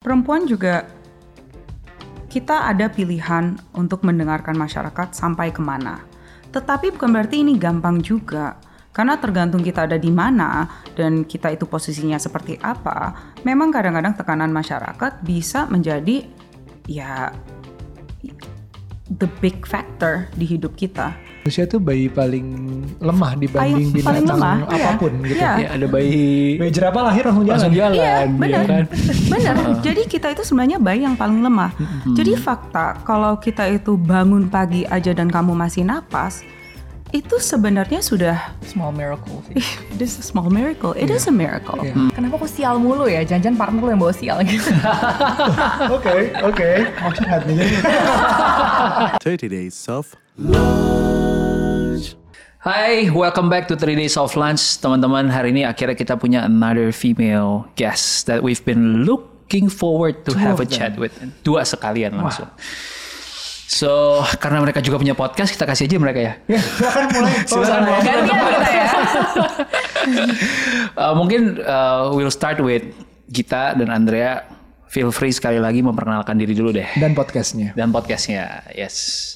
perempuan juga kita ada pilihan untuk mendengarkan masyarakat sampai kemana. Tetapi bukan berarti ini gampang juga. Karena tergantung kita ada di mana dan kita itu posisinya seperti apa, memang kadang-kadang tekanan masyarakat bisa menjadi ya the big factor di hidup kita. Manusia tuh bayi paling lemah dibanding binatang apapun gitu. Iya. Ya, ada bayi jerapah lahir langsung jalan. Iya, benar. Kan? Benar. Jadi kita itu sebenarnya bayi yang paling lemah. Jadi fakta kalau kita itu bangun pagi aja dan kamu masih napas, itu sebenarnya sudah small miracle sih. This is a small miracle. It is a miracle. Kenapa kok sial mulu ya? Jangan-jangan partner lu yang bawa sial gitu. Oke. Mau curhat nih. 30 Days of Lunch. Hai, welcome back to 3 Days of Lunch. Teman-teman, hari ini akhirnya kita punya another female guest that we've been looking forward to have a chat with. Dua sekalian langsung. So, karena mereka juga punya podcast, kita kasih aja mereka ya. Ya, silakan mulai. Silakan mulai. Gantian kita ya. Mungkin we'll start with Gita dan Andrea. Feel free sekali lagi memperkenalkan diri dulu deh. Dan podcastnya. Yes.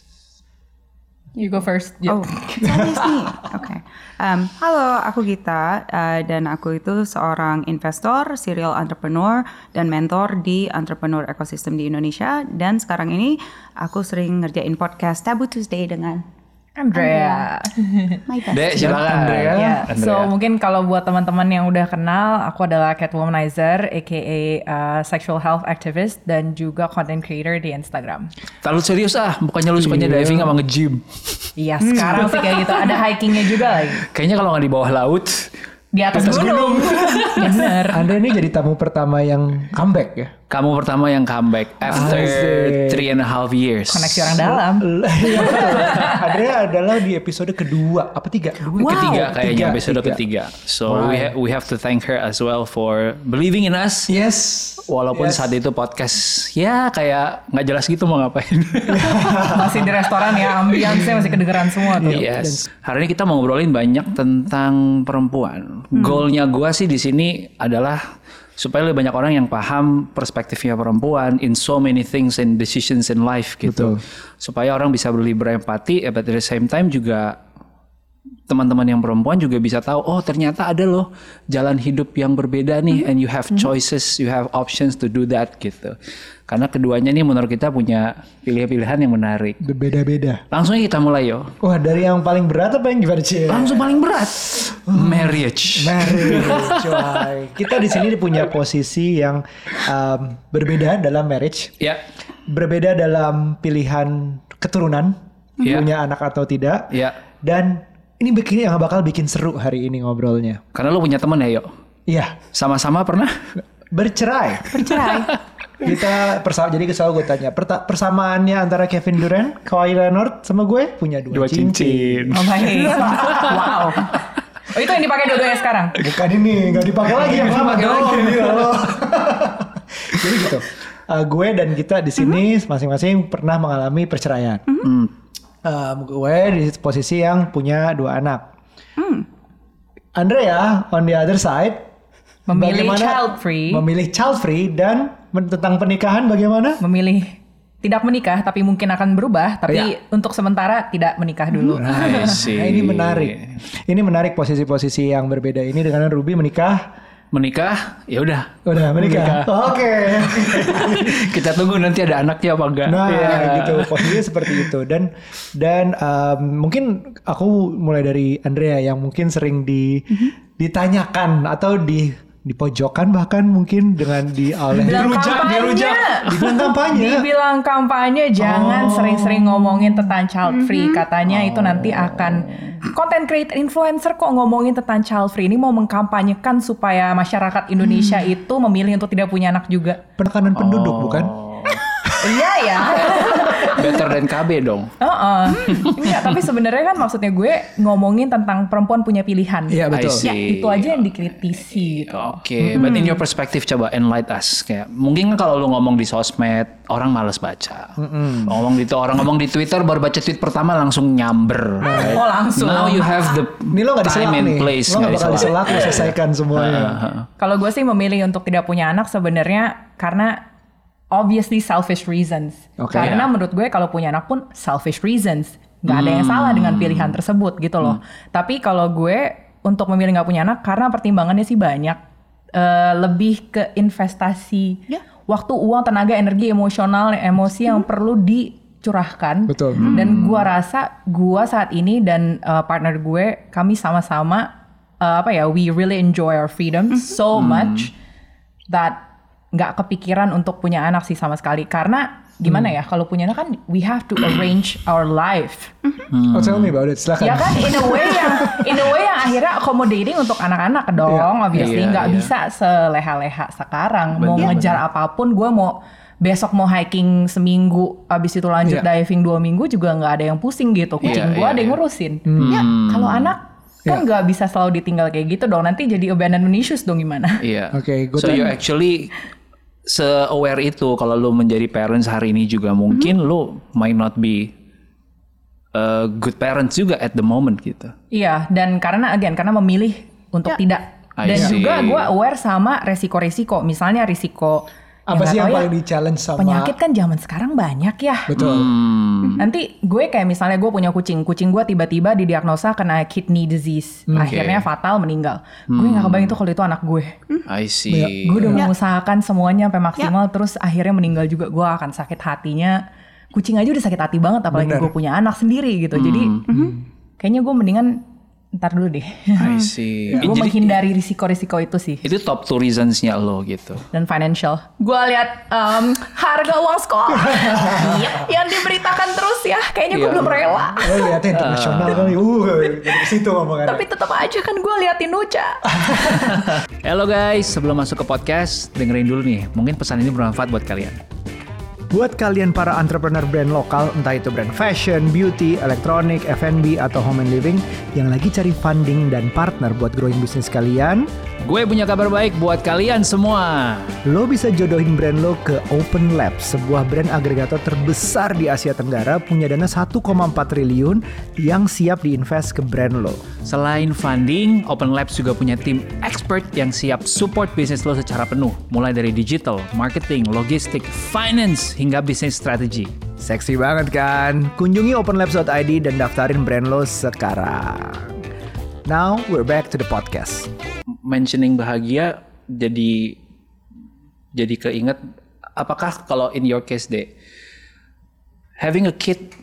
You go first. Oh, serius nih. Oke. Halo, aku Gita dan aku itu seorang investor, serial entrepreneur dan mentor di entrepreneur ecosystem di Indonesia. Dan sekarang ini aku sering ngerjain podcast Taboo Tuesday dengan Andrea. My best. Dek, silakan Andrea. Ya, so mungkin kalau buat teman-teman yang udah kenal, aku adalah Catwomanizer, aka sexual health activist dan juga content creator di Instagram. Terlalu serius bukannya lu sukanya diving sama nge-gym. Iya, sekarang sih kayak gitu. Ada hikingnya juga lagi. Kayaknya kalau nggak di bawah laut, Di atas gunung. Bener. Anda ini jadi tamu pertama yang comeback ya? kamu pertama yang comeback after 3.5 years. Koneksi orang dalam. Iya betul. Andrea adalah di episode kedua, apa tiga? Ketiga kayaknya, episode ketiga. So we have to thank her as well for believing in us. Yes. Walaupun saat itu podcast ya kayak nggak jelas gitu mau ngapain. Masih di restoran ya, ambience-nya masih kedengeran semua tuh. Yes. Hari ini kita mau ngobrolin banyak tentang perempuan. Goalnya gue sih di sini adalah supaya lebih banyak orang yang paham perspektifnya perempuan in so many things and decisions in life gitu. Betul. Supaya orang bisa lebih berempati, but at the same time juga teman-teman yang perempuan juga bisa tahu, oh ternyata ada loh jalan hidup yang berbeda nih, and you have choices, you have options to do that gitu. Karena keduanya nih menurut kita punya pilihan-pilihan yang menarik. Berbeda-beda. Langsung aja kita mulai yo. Wah, dari yang paling berat apa yang gimana sih? Langsung paling berat. Marriage. Coy. Kita di sini punya posisi yang berbeda dalam marriage. Ya. Berbeda dalam pilihan keturunan, punya anak atau tidak. Ya. Dan ini yang bakal bikin seru hari ini ngobrolnya. Karena lu punya teman ya, yo. Iya. Sama-sama pernah Bercerai. Kita jadi selalu gue tanya persamaannya antara Kevin Durant, Kawhi Leonard sama gue punya dua cincin. Oh baik. Wow. Oh itu yang dipakai dua-duanya sekarang? Bukan ini, nggak dipakai lagi yang lama dong. Jadi gitu. Gue dan kita di sini masing-masing pernah mengalami perceraian. Gue di posisi yang punya 2 anak. Andrea on the other side memilih child free. Memilih child free dan tentang pernikahan bagaimana? Memilih tidak menikah tapi mungkin akan berubah, tapi untuk sementara tidak menikah dulu. Nah, ini menarik. Ini menarik posisi-posisi yang berbeda ini dengan Ruby menikah, ya udah menikah. Oke. Kita tunggu nanti ada anaknya apa enggak. Nah, gitu. Posisinya seperti itu. Dan mungkin aku mulai dari Andrea yang mungkin sering ditanyakan atau di pojokan bahkan mungkin dengan dibilang kampanye jangan sering-sering ngomongin tentang child free, katanya itu nanti akan content creator influencer kok ngomongin tentang child free, ini mau mengkampanyekan supaya masyarakat Indonesia itu memilih untuk tidak punya anak juga. Penekanan penduduk bukan? Iya ya. Better than KB dong. Enggak, tapi sebenarnya kan maksudnya gue ngomongin tentang perempuan punya pilihan. Iya betul. Ya itu aja yang dikritisi gitu. Oke, but in your perspective coba enlighten us. Kayak mungkin kalau lu ngomong di sosmed orang malas baca. Orang ngomong di Twitter baru baca tweet pertama langsung nyamber. Right? Oh langsung. Now you have the ini lo gak time and nih. place. Lo gak bakal diselak, lo selesaikan semuanya. Kalau gue sih memilih untuk tidak punya anak sebenarnya karena obviously selfish reasons. Oke. Karena menurut gue kalau punya anak pun selfish reasons. Nggak ada yang salah dengan pilihan tersebut gitu loh. Tapi kalau gue untuk memilih nggak punya anak karena pertimbangannya sih banyak. Lebih ke investasi waktu, uang, tenaga, energi, emosional, emosi yang perlu dicurahkan. Betul. Dan gue rasa gue saat ini dan partner gue, kami sama-sama we really enjoy our freedom so much that nggak kepikiran untuk punya anak sih sama sekali. Karena gimana ya, kalau punya anak kan we have to arrange our life. Oh, tell me about it, silakan. Ya kan, in a way yang akhirnya accommodating untuk anak-anak dong, obviously nggak bisa seleha-leha sekarang. Mau ngejar apapun, gue mau besok mau hiking seminggu, abis itu lanjut diving 2 minggu juga nggak ada yang pusing gitu. Kucing gue ada yang ngurusin. Ya, kalau anak kan nggak bisa selalu ditinggal kayak gitu dong. Nanti jadi abandonment issues dong gimana? Iya. Oke, good. So you actually se-aware itu kalau lu menjadi parents hari ini juga mungkin lu might not be a good parents juga at the moment gitu. Iya, dan karena memilih untuk tidak. Dan juga gue aware sama resiko-resiko. Misalnya risiko apa sih yang paling di-challenge sama penyakit kan zaman sekarang banyak ya. Betul. Nanti gue kayak misalnya gue punya kucing gue tiba-tiba didiagnosa kena kidney disease, akhirnya fatal meninggal. Gue nggak kebayang itu kalau itu anak gue. I see. Gue udah mengusahakan semuanya sampai maksimal, terus akhirnya meninggal juga. Gue akan sakit hatinya. Kucing aja udah sakit hati banget, apalagi gue punya anak sendiri gitu. Jadi kayaknya gue mendingan ntar dulu deh. I see. Gue menghindari risiko-risiko itu sih. Itu top 2 reasons-nya lo gitu. Dan financial. Gue lihat harga uang sekolah yang diberitakan terus ya. Kayaknya gue belum rela. Oh iya, itu internasional kali. Dari situ ngomongannya. Tapi tetap aja kan gue liatin Nucha. Halo guys, sebelum masuk ke podcast, dengerin dulu nih. Mungkin pesan ini bermanfaat buat kalian. Buat kalian para entrepreneur brand lokal, entah itu brand fashion, beauty, elektronik, F&B, atau home and living yang lagi cari funding dan partner buat growing bisnis kalian, gue punya kabar baik buat kalian semua. lo bisa jodohin brand lo ke Open Labs, sebuah brand agregator terbesar di Asia Tenggara, punya dana 1,4 triliun yang siap diinvest ke brand lo. Selain funding, Open Labs juga punya tim expert yang siap support bisnis lo secara penuh. Mulai dari digital, marketing, logistik, finance, hingga bisnis strategi. Seksi banget kan? Kunjungi openlabs.id dan daftarin brand lo sekarang. Now we're back to the podcast. Mentioning bahagia jadi keinget, apakah kalau in your case deh, having a kid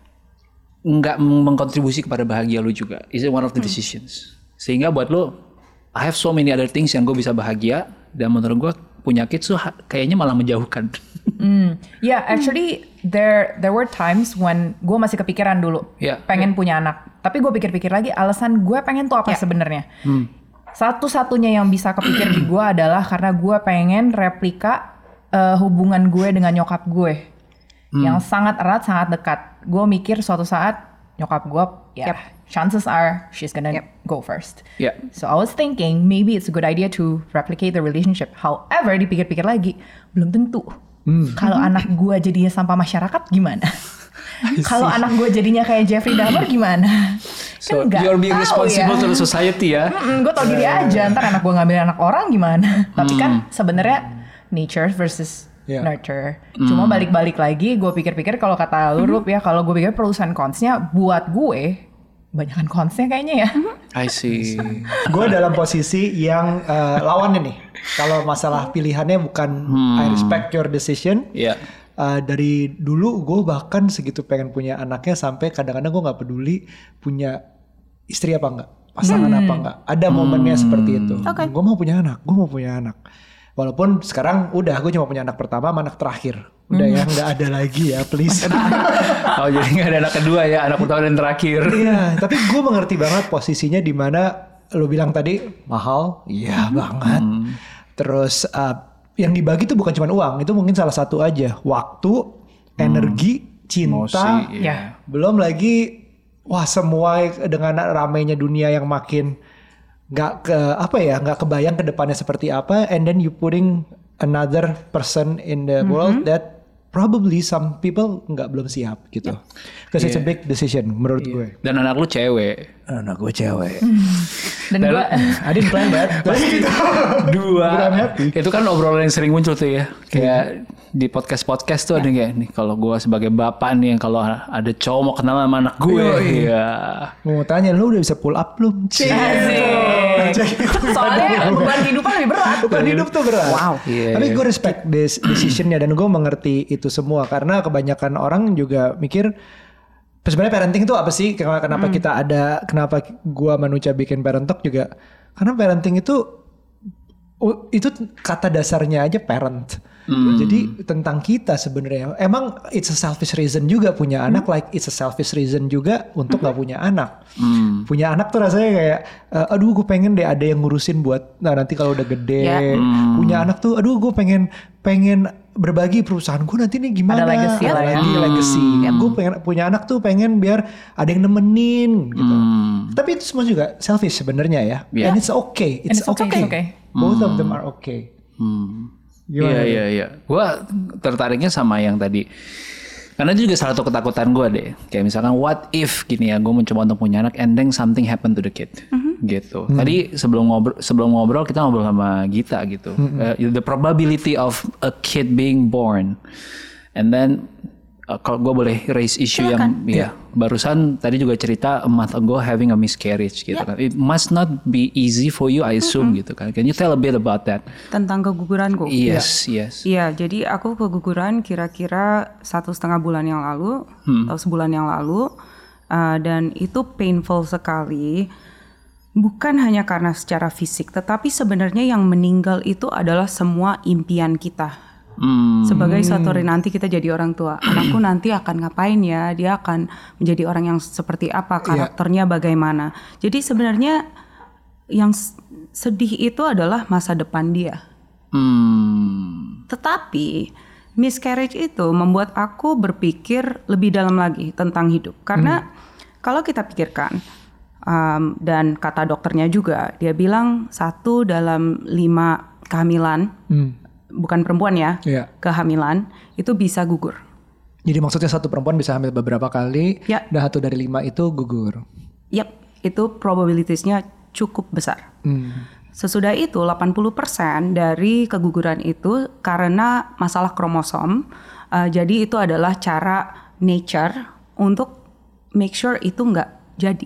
nggak mengkontribusi kepada bahagia lu juga? Is it one of the decisions? Sehingga buat lu, I have so many other things yang gue bisa bahagia, dan menurut gue punya kids tuh kayaknya malah menjauhkan. Yeah, actually there were times when gue masih kepikiran dulu pengen punya anak. Tapi gue pikir-pikir lagi alasan gue pengen tuh apa sebenarnya. Satu-satunya yang bisa kepikir di gue adalah karena gue pengen replika hubungan gue dengan nyokap gue. Yang sangat erat, sangat dekat. Gue mikir suatu saat nyokap gue chances are she's gonna go first. So I was thinking maybe it's a good idea to replicate the relationship. However, dipikir-pikir lagi belum tentu. Kalau anak gue jadinya sampah masyarakat gimana? Kalau anak gue jadinya kayak Jeffrey Dahmer gimana? So kan you're being responsible to the society ya. Gue tau diri aja, ntar anak gue ngambil anak orang gimana? Tapi kan sebenarnya nature versus nurture. Cuma balik-balik lagi, gue pikir-pikir kalau kata lu Rup ya, kalau gue pikir perusahaan cons-nya buat gue banyakan cons-nya kayaknya ya. I see. Gue dalam posisi yang lawannya nih. Kalau masalah pilihannya bukan I respect your decision. Dari dulu gue bahkan segitu pengen punya anaknya sampai kadang-kadang gue nggak peduli punya istri apa enggak, pasangan apa enggak. Ada momennya seperti itu. Gue mau punya anak. Walaupun sekarang udah gue cuma punya anak pertama sama anak terakhir. Udah ya nggak ada lagi ya please. Oh jadi nggak ada anak kedua ya, anak pertama dan terakhir. Iya, tapi gue mengerti banget posisinya di mana lo bilang tadi mahal, iya banget. Terus yang dibagi tuh bukan cuma uang, itu mungkin salah satu aja. Waktu, energi, cinta, emosi, belum lagi semua dengan ramainya dunia yang makin nggak kebayang ke depannya seperti apa, and then you putting another person in the world that probably some people belum siap gitu. Because it's a big decision menurut gue. Dan anak lu cewek. Anak gue cewek. Dan gue I didn't plan that. Dua. But I'm happy. Itu kan obrolan yang sering muncul tuh ya. Kayak di podcast tuh ada yang kayak nih, kalau gue sebagai bapak nih, yang kalau ada cowok mau kenal sama anak gue, ya. Mau tanya, lu udah bisa pull up belum? soalnya beban kehidupan lebih berat. Bukan hidup tuh berat. Wow. Tapi gue respect this decisionnya dan gue mengerti itu semua karena kebanyakan orang juga mikir sebenarnya parenting itu apa sih? Kenapa kita ada? Kenapa gue Manuca bikin parent talk juga? Karena parenting itu kata dasarnya aja parent. Jadi tentang kita sebenarnya. Emang it's a selfish reason juga punya anak, like it's a selfish reason juga untuk nggak punya anak. Punya anak tuh rasanya kayak, aduh gue pengen deh ada yang ngurusin buat, nah nanti kalau udah gede. Punya anak tuh, aduh gue pengen berbagi perusahaan gue nanti nih gimana. Ada legacy lah ya. Legacy. Gue pengen punya anak tuh pengen biar ada yang nemenin gitu. Tapi itu semua juga selfish sebenarnya ya. And it's okay. It's okay. Both of them are okay. Iya. Gue tertariknya sama yang tadi. Karena itu juga salah satu ketakutan gue deh. Kayak misalkan what if gini ya, gue mencoba untuk punya anak and then something happen to the kid. Gitu. Tadi sebelum ngobrol kita ngobrol sama Gita gitu. The probability of a kid being born. And then kalau gue boleh raise issue yang barusan tadi juga cerita a month ago having a miscarriage gitu kan. It must not be easy for you I assume gitu kan. Can you tell a bit about that? Tentang keguguranku. Yes. Iya, jadi aku keguguran kira-kira 1,5 bulan yang lalu atau sebulan yang lalu, dan itu painful sekali. Bukan hanya karena secara fisik, tetapi sebenarnya yang meninggal itu adalah semua impian kita. Sebagai suatu hari nanti kita jadi orang tua, anakku nanti akan ngapain ya, dia akan menjadi orang yang seperti apa, karakternya bagaimana. Jadi sebenarnya yang sedih itu adalah masa depan dia. Tetapi miscarriage itu membuat aku berpikir lebih dalam lagi tentang hidup. Karena kalau kita pikirkan, dan kata dokternya juga, dia bilang 1 dalam 5 kehamilan, bukan perempuan ya, kehamilan itu bisa gugur. Jadi maksudnya satu perempuan bisa hamil beberapa kali, dan 1 dari 5 itu gugur. Yap, itu probabilitasnya cukup besar. Sesudah itu 80% dari keguguran itu karena masalah kromosom. Jadi itu adalah cara nature untuk make sure itu nggak jadi.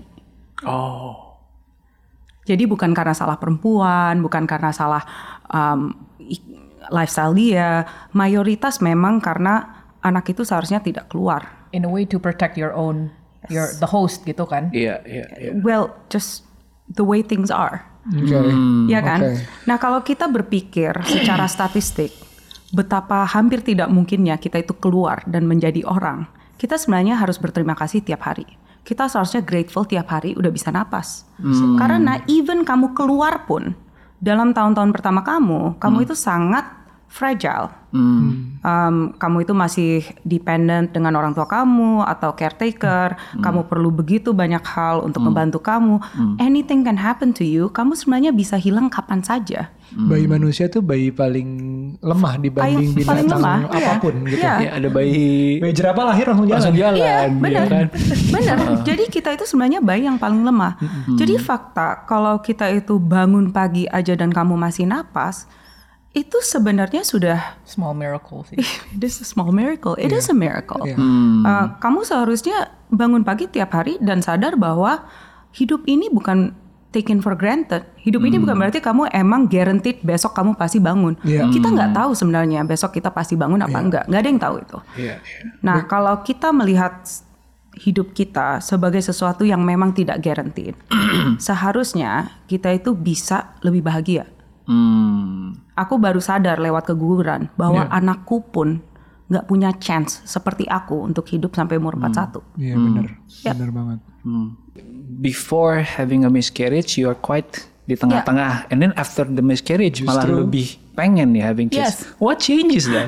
Jadi bukan karena salah perempuan, bukan karena salah lifestyle dia, mayoritas memang karena anak itu seharusnya tidak keluar. In a way to protect your own, the host gitu kan? Iya. Well, just the way things are. Ya kan? Nah kalau kita berpikir secara statistik, betapa hampir tidak mungkinnya kita itu keluar dan menjadi orang, kita sebenarnya harus berterima kasih tiap hari. Kita seharusnya grateful tiap hari udah bisa napas. Karena even kamu keluar pun, dalam tahun-tahun pertama kamu itu sangat fragile. Kamu itu masih dependent dengan orang tua kamu atau caretaker. Kamu perlu begitu banyak hal untuk membantu kamu. Anything can happen to you. Kamu sebenarnya bisa hilang kapan saja. Bayi manusia tuh bayi paling lemah dibanding binatang apapun gitu. Ya, ada bayi jerapah lahir langsung jalan. Iya, benar. Benar. Jadi kita itu sebenarnya bayi yang paling lemah. Jadi fakta kalau kita itu bangun pagi aja dan kamu masih napas, itu sebenarnya sudah small miracle sih. It is a small miracle. It is a miracle. Kamu seharusnya bangun pagi tiap hari dan sadar bahwa hidup ini bukan taken for granted. Hidup ini bukan berarti kamu emang guaranteed besok kamu pasti bangun. Kita nggak tahu sebenarnya besok kita pasti bangun apa enggak. Nggak ada yang tahu itu. Nah, kalau kita melihat hidup kita sebagai sesuatu yang memang tidak guaranteed, seharusnya kita itu bisa lebih bahagia. Aku baru sadar lewat keguguran bahwa anakku pun nggak punya chance seperti aku untuk hidup sampai umur 41. Iya benar, benar banget. Before having a miscarriage, you are quite di tengah-tengah, and then after the miscarriage malah lebih pengen ya having kids. What changes that?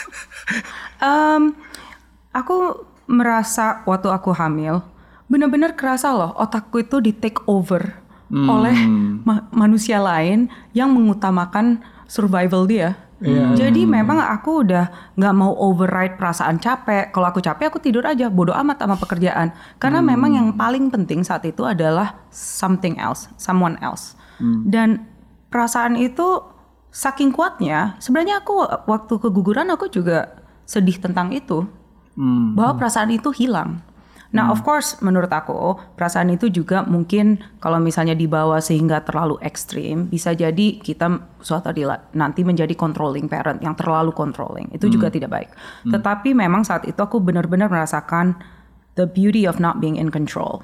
Aku merasa waktu aku hamil, benar-benar kerasa loh otakku itu di take over oleh manusia lain yang mengutamakan survival dia. Jadi memang aku udah nggak mau override perasaan capek. Kalau aku capek aku tidur aja, bodo amat sama pekerjaan. Karena memang yang paling penting saat itu adalah something else, someone else. Dan perasaan itu saking kuatnya, sebenarnya aku waktu keguguran aku juga sedih tentang itu. Bahwa perasaan itu hilang. Nah, of course, menurut aku perasaan itu juga mungkin kalau misalnya dibawa sehingga terlalu ekstrim, bisa jadi kita suatu hari nanti menjadi controlling parent yang terlalu controlling. Itu juga tidak baik. Tetapi memang saat itu aku benar-benar merasakan the beauty of not being in control.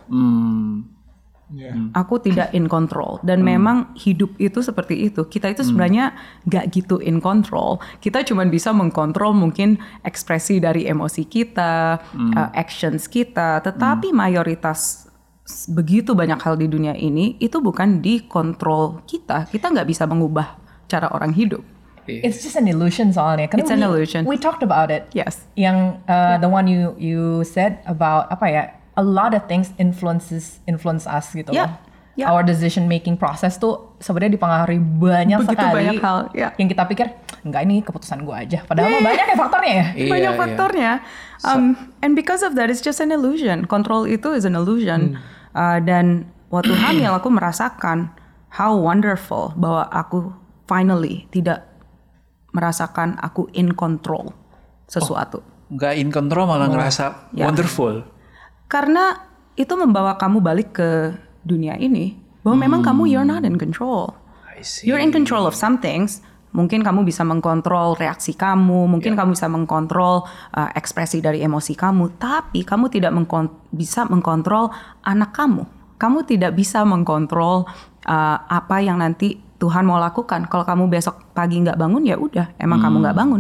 Aku tidak in control dan memang hidup itu seperti itu. Kita itu sebenarnya gak gitu in control. Kita cuma bisa mengkontrol mungkin ekspresi dari emosi kita, actions kita. Tetapi mayoritas begitu banyak hal di dunia ini itu bukan di kontrol kita. Kita gak bisa mengubah cara orang hidup. It's just an illusion soalnya. It's an illusion. We talked about it. Yes. Yang the one you said about apa ya? A lot of things influence us gitu loh. Yeah. Our decision making process tuh sebenarnya dipengaruhi banyak Begitu sekali. banyak hal, Yang kita pikir enggak ini keputusan gue aja. Padahal banyak ya faktornya ya. Banyak faktornya. And because of that, it's just an illusion. Control itu is an illusion. Dan waktu hamil aku merasakan how wonderful bahwa aku finally tidak merasakan aku in control sesuatu. Nggak in control malah ngerasa wonderful. Karena itu membawa kamu balik ke dunia ini bahwa memang kamu you're not in control. I see. You're in control of some things. Mungkin kamu bisa mengkontrol reaksi kamu, mungkin kamu bisa mengkontrol ekspresi dari emosi kamu, tapi kamu tidak bisa mengkontrol anak kamu. Kamu tidak bisa mengkontrol apa yang nanti Tuhan mau lakukan. Kalau kamu besok pagi nggak bangun ya udah, emang kamu nggak bangun.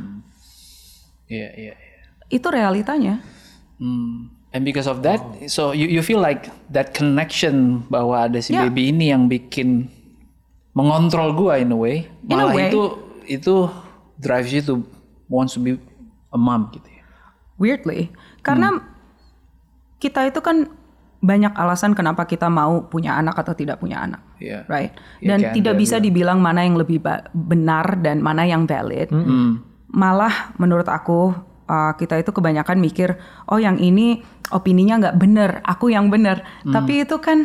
Iya. Itu realitanya. And because of that, so you feel like that connection bahwa ada si baby ini yang bikin mengontrol gua in a way, malah itu drives you to wants to be a mom gitu ya. Weirdly, karena kita itu kan banyak alasan kenapa kita mau punya anak atau tidak punya anak, right? Dan tidak bisa dibilang mana yang lebih benar dan mana yang valid. Malah menurut aku kita itu kebanyakan mikir, oh yang ini opininya nggak benar, aku yang benar. Tapi itu kan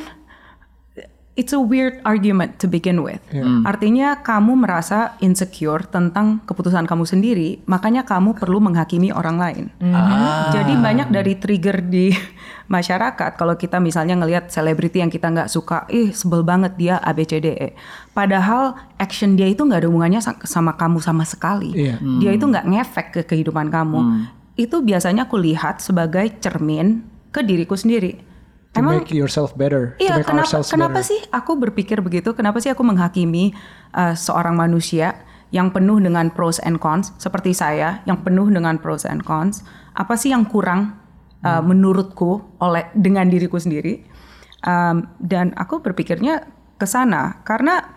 it's a weird argument to begin with. Artinya kamu merasa insecure tentang keputusan kamu sendiri, makanya kamu perlu menghakimi orang lain. Jadi banyak dari trigger di masyarakat kalau kita misalnya ngelihat selebriti yang kita nggak suka, sebel banget dia ABCDE. Padahal action dia itu nggak ada hubungannya sama kamu sama sekali. Dia itu nggak ngefek ke kehidupan kamu. Itu biasanya aku lihat sebagai cermin ke diriku sendiri. To make yourself better. Iya, to make kenapa sih aku berpikir begitu? Kenapa sih aku menghakimi seorang manusia yang penuh dengan pros and cons seperti saya, yang penuh dengan pros and cons? Apa sih yang kurang menurutku dengan diriku sendiri? Dan aku berpikirnya ke sana karena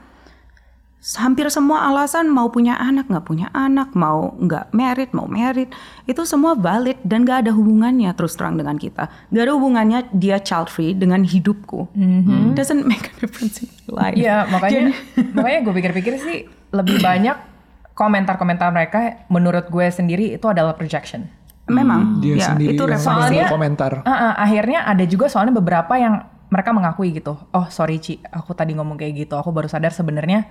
hampir semua alasan mau punya anak, nggak punya anak, mau nggak married, mau married, itu semua valid dan nggak ada hubungannya terus terang dengan kita. Nggak ada hubungannya dia child free dengan hidupku. Doesn't make a difference in life. Iya, makanya gue pikir-pikir sih lebih banyak komentar-komentar mereka menurut gue sendiri itu adalah projection. Memang, dia sendiri itu soalnya komentar. Akhirnya ada juga soalnya beberapa yang mereka mengakui gitu. Oh sorry Ci, aku tadi ngomong kayak gitu. Aku baru sadar sebenarnya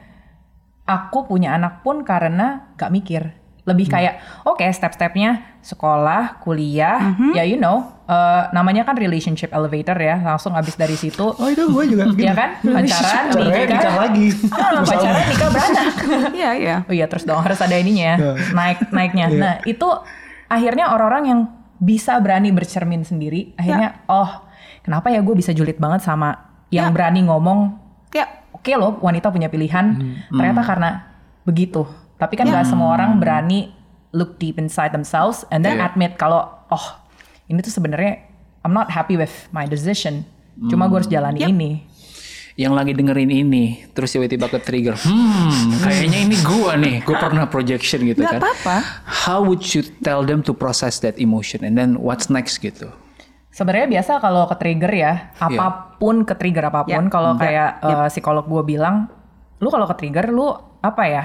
aku punya anak pun karena gak mikir. Lebih kayak oke, step-stepnya sekolah, kuliah, ya you know, namanya kan relationship elevator ya, langsung abis dari situ. Oh itu gue juga. Iya kan, pacaran, nikah lagi. Pacaran, nikah, beranak. Iya. Oh iya terus dong harus ada ininya ya, naiknya. Nah itu akhirnya orang-orang yang bisa berani bercermin sendiri, akhirnya kenapa ya gue bisa julid banget sama yang berani ngomong. Oke loh, wanita punya pilihan. Ternyata karena begitu. Tapi kan gak semua orang berani look deep inside themselves and then admit kalau ini tuh sebenarnya I'm not happy with my decision. Cuma gue harus jalani ini. Yang lagi dengerin ini, terus tiba-tiba ke trigger. Kayaknya ini gue nih. Gue pernah projection gitu kan. Gak apa-apa. How would you tell them to process that emotion and then what's next gitu? Sebenarnya biasa kalau ke trigger ya, apapun ke trigger apapun, kalau kayak psikolog gue bilang, lu kalau ke trigger lu apa ya?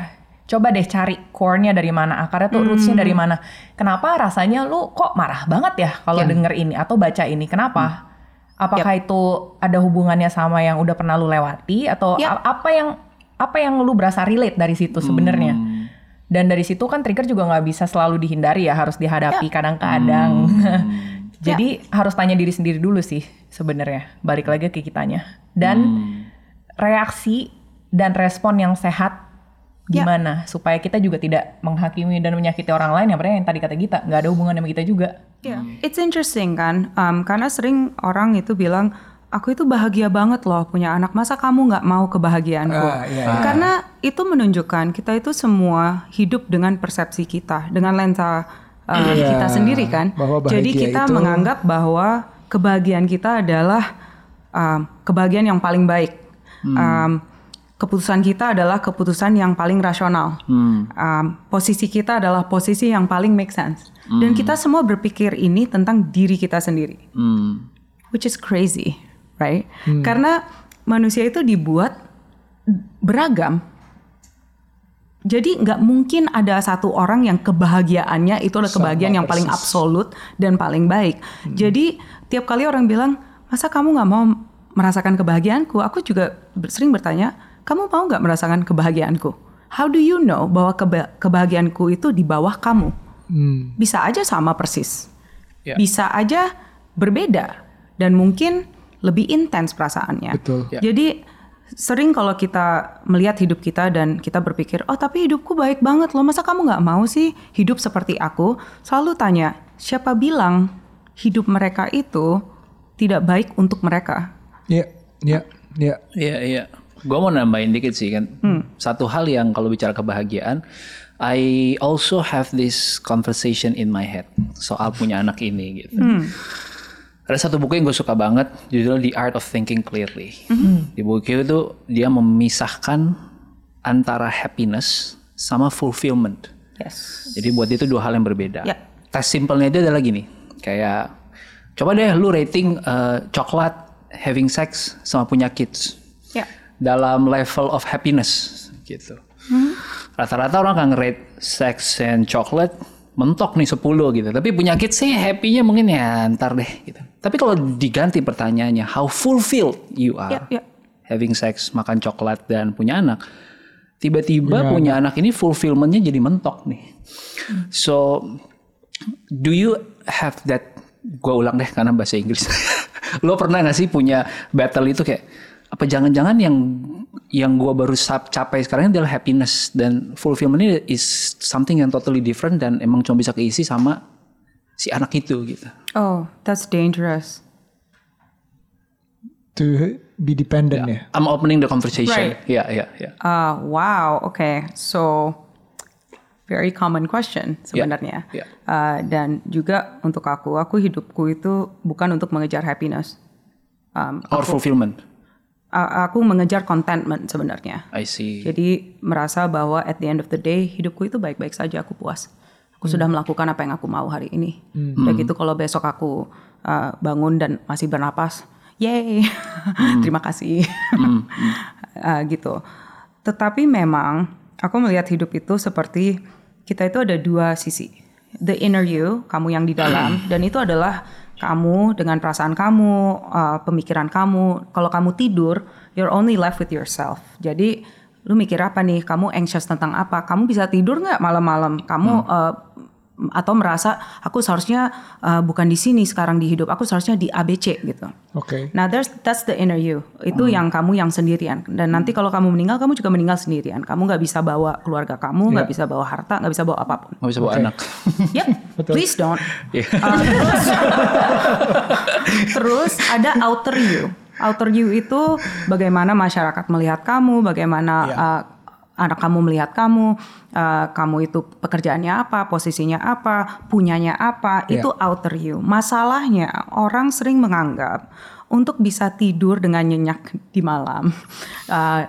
Coba deh cari core-nya dari mana, akarnya tuh roots-nya dari mana. Kenapa rasanya lu kok marah banget ya kalau denger ini atau baca ini? Kenapa? Apakah itu ada hubungannya sama yang udah pernah lu lewati atau apa yang lu berasa relate dari situ sebenarnya? Dan dari situ kan trigger juga nggak bisa selalu dihindari ya, harus dihadapi kadang-kadang. Jadi harus tanya diri sendiri dulu sih sebenarnya. Balik lagi ke kitanya. Dan reaksi dan respon yang sehat gimana supaya kita juga tidak menghakimi dan menyakiti orang lain yang tadi kata Gita nggak ada hubungan sama kita juga. It's interesting kan, karena sering orang itu bilang aku itu bahagia banget loh punya anak, masa kamu nggak mau kebahagiaanku? Karena itu menunjukkan kita itu semua hidup dengan persepsi kita, dengan lensa kita sendiri kan. Jadi kita menganggap bahwa kebahagiaan kita adalah kebahagiaan yang paling baik. Keputusan kita adalah keputusan yang paling rasional. Posisi kita adalah posisi yang paling make sense. Dan kita semua berpikir ini tentang diri kita sendiri. Which is crazy, right? Karena manusia itu dibuat beragam. Jadi nggak mungkin ada satu orang yang kebahagiaannya itu adalah kebahagiaan yang paling absolut dan paling baik. Jadi tiap kali orang bilang, masa kamu nggak mau merasakan kebahagiaanku? Aku juga sering bertanya, kamu mau nggak merasakan kebahagiaanku? How do you know bahwa kebahagiaanku itu di bawah kamu? Bisa aja sama persis, bisa aja berbeda, dan mungkin lebih intens perasaannya. Betul. Jadi sering kalau kita melihat hidup kita dan kita berpikir, oh tapi hidupku baik banget loh, masa kamu nggak mau sih hidup seperti aku? Selalu tanya, siapa bilang hidup mereka itu tidak baik untuk mereka? Iya. Gue mau nambahin dikit sih kan. Satu hal yang kalau bicara kebahagiaan, I also have this conversation in my head soal punya anak ini gitu. Ada satu buku yang gue suka banget, judulnya The Art of Thinking Clearly. Di buku itu dia memisahkan antara happiness sama fulfillment. Jadi buat dia itu dua hal yang berbeda. Tes simpelnya dia adalah gini, kayak coba deh lu rating coklat, having sex, sama punya kids. Dalam level of happiness gitu. Rata-rata orang akan rate sex and chocolate mentok nih 10 gitu. Tapi punya kids sih happy-nya mungkin ya ntar deh gitu. Tapi kalau diganti pertanyaannya, how fulfilled you are having sex, makan coklat dan punya anak. Tiba-tiba punya anak ini fulfillment-nya jadi mentok nih. So do you have that, gua ulang deh karena bahasa Inggris. Lo pernah gak sih punya battle itu kayak, apa jangan-jangan yang gue baru capai sekarang adalah happiness dan fulfillment ini is something yang totally different dan emang cuma bisa keisi sama si anak itu gitu. Oh, that's dangerous. To be dependent ya. I'm opening the conversation. Right. Yeah. Wow, okay. So very common question sebenarnya. Dan juga untuk aku hidupku itu bukan untuk mengejar happiness. Or fulfillment. Aku mengejar contentment sebenarnya. I see. Jadi merasa bahwa at the end of the day hidupku itu baik-baik saja, aku puas. Aku sudah melakukan apa yang aku mau hari ini. Udah gitu kalau besok aku bangun dan masih bernapas, yay, terima kasih. Gitu. Tetapi memang aku melihat hidup itu seperti kita itu ada dua sisi. The inner you, kamu yang di dalam, dan itu adalah kamu dengan perasaan kamu, pemikiran kamu. Kalau kamu tidur, you're only left with yourself. Jadi lu mikir apa nih? Kamu anxious tentang apa? Kamu bisa tidur nggak malam-malam? Kamu atau merasa aku seharusnya bukan di sini sekarang di hidup. Aku seharusnya di ABC gitu. Nah, that's the inner you. Itu yang kamu yang sendirian. Dan nanti kalau kamu meninggal, kamu juga meninggal sendirian. Kamu nggak bisa bawa keluarga kamu, nggak bisa bawa harta, nggak bisa bawa apapun. Nggak bisa bawa anak. Please don't. Terus ada outer you. Outer you itu bagaimana masyarakat melihat kamu, bagaimana anak kamu melihat kamu, kamu itu pekerjaannya apa, posisinya apa, punyanya apa, itu outer you. Masalahnya orang sering menganggap untuk bisa tidur dengan nyenyak di malam,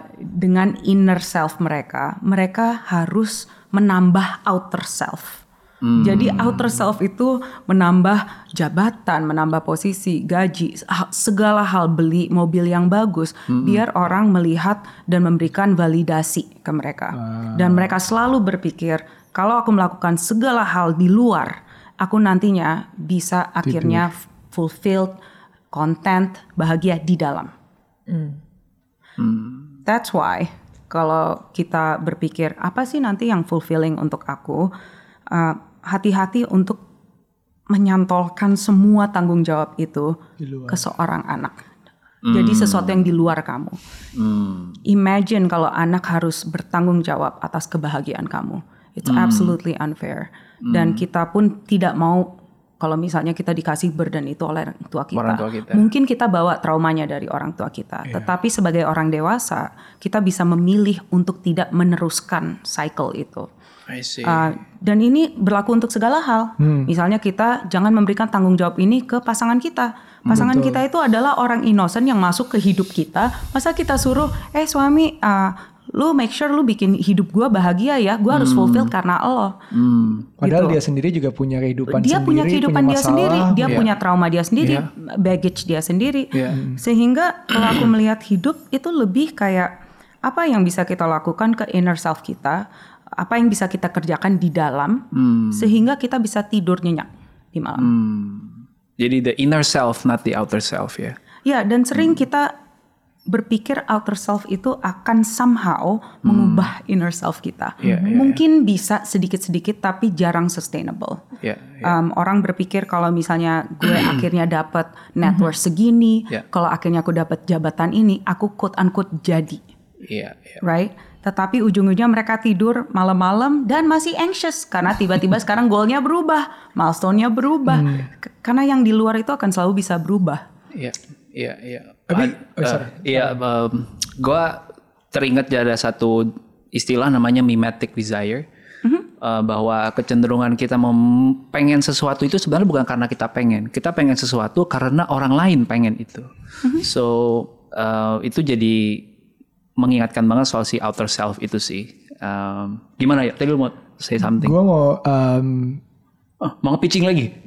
dengan inner self mereka harus menambah outer self. Jadi outer self itu menambah jabatan, menambah posisi, gaji, segala hal, beli mobil yang bagus, biar orang melihat dan memberikan validasi ke mereka. Dan mereka selalu berpikir, kalau aku melakukan segala hal di luar, aku nantinya bisa akhirnya fulfilled, content, bahagia di dalam. That's why kalau kita berpikir apa sih nanti yang fulfilling untuk aku, hati-hati untuk menyantolkan semua tanggung jawab itu ke seorang anak. Jadi sesuatu yang di luar kamu. Imagine kalau anak harus bertanggung jawab atas kebahagiaan kamu. It's absolutely unfair. Dan kita pun tidak mau kalau misalnya kita dikasih burden itu oleh orang tua kita. Mungkin kita bawa traumanya dari orang tua kita. Tetapi sebagai orang dewasa, kita bisa memilih untuk tidak meneruskan cycle itu. I see. Dan ini berlaku untuk segala hal. Misalnya kita jangan memberikan tanggung jawab ini ke pasangan kita. Pasangan kita itu adalah orang innocent yang masuk ke hidup kita. Masa kita suruh, suami, lu make sure lu bikin hidup gue bahagia ya. Gue harus fulfill karena lo. Padahal gitu. dia sendiri juga punya kehidupan sendiri. Dia punya kehidupan dia masalah, sendiri. Dia punya trauma dia sendiri. Baggage dia sendiri. Sehingga kalau aku melihat hidup itu lebih kayak apa yang bisa kita lakukan ke inner self kita. Apa yang bisa kita kerjakan di dalam. Sehingga kita bisa tidur nyenyak di malam. Jadi the inner self, not the outer self ya. Ya, dan sering kita berpikir outer self itu akan somehow mengubah inner self kita. Mungkin bisa sedikit-sedikit tapi jarang sustainable. Orang berpikir kalau misalnya gue akhirnya dapat net worth segini, kalau akhirnya aku dapat jabatan ini, aku quote unquote jadi. Right? Tetapi ujung-ujungnya mereka tidur malam-malam dan masih anxious karena tiba-tiba sekarang goalnya berubah, milestone-nya berubah. Karena yang di luar itu akan selalu bisa berubah. Iya. Gue teringat ada satu istilah namanya mimetic desire, bahwa kecenderungan kita pengen sesuatu itu sebenarnya bukan karena kita pengen sesuatu karena orang lain pengen itu. So itu jadi mengingatkan banget soal si outer self itu sih. Gimana ya? Tadi lu mau say something? Gue mau mau nge-pitching lagi?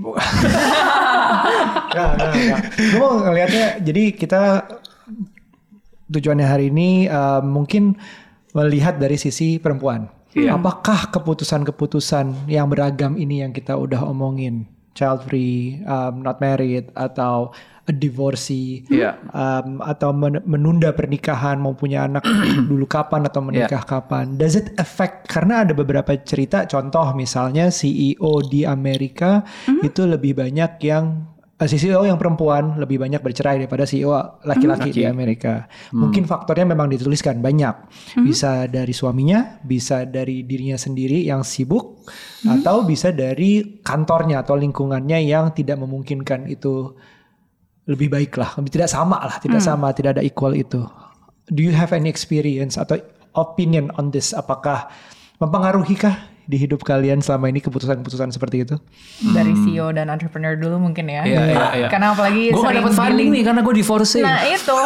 Enggak. Gue mau ngelihatnya, jadi kita tujuannya hari ini mungkin melihat dari sisi perempuan. Apakah keputusan-keputusan yang beragam ini yang kita udah omongin, child free, not married, atau a divorcee, atau menunda pernikahan, mau punya anak dulu kapan atau menikah kapan, does it affect? Karena ada beberapa cerita, contoh misalnya CEO di Amerika itu lebih banyak yang CEO yang perempuan lebih banyak bercerai daripada CEO laki-laki di Amerika. Mungkin faktornya memang dituliskan banyak. Bisa dari suaminya, bisa dari dirinya sendiri yang sibuk, atau bisa dari kantornya atau lingkungannya yang tidak memungkinkan itu lebih baik lah. Tidak sama, tidak ada equal itu. Do you have any experience atau opinion on this? Apakah mempengaruhikah di hidup kalian selama ini keputusan-keputusan seperti itu? Dari CEO dan entrepreneur dulu mungkin ya. Iya. Karena apalagi gue gak dapet funding nih karena gue divorce. Nah itu.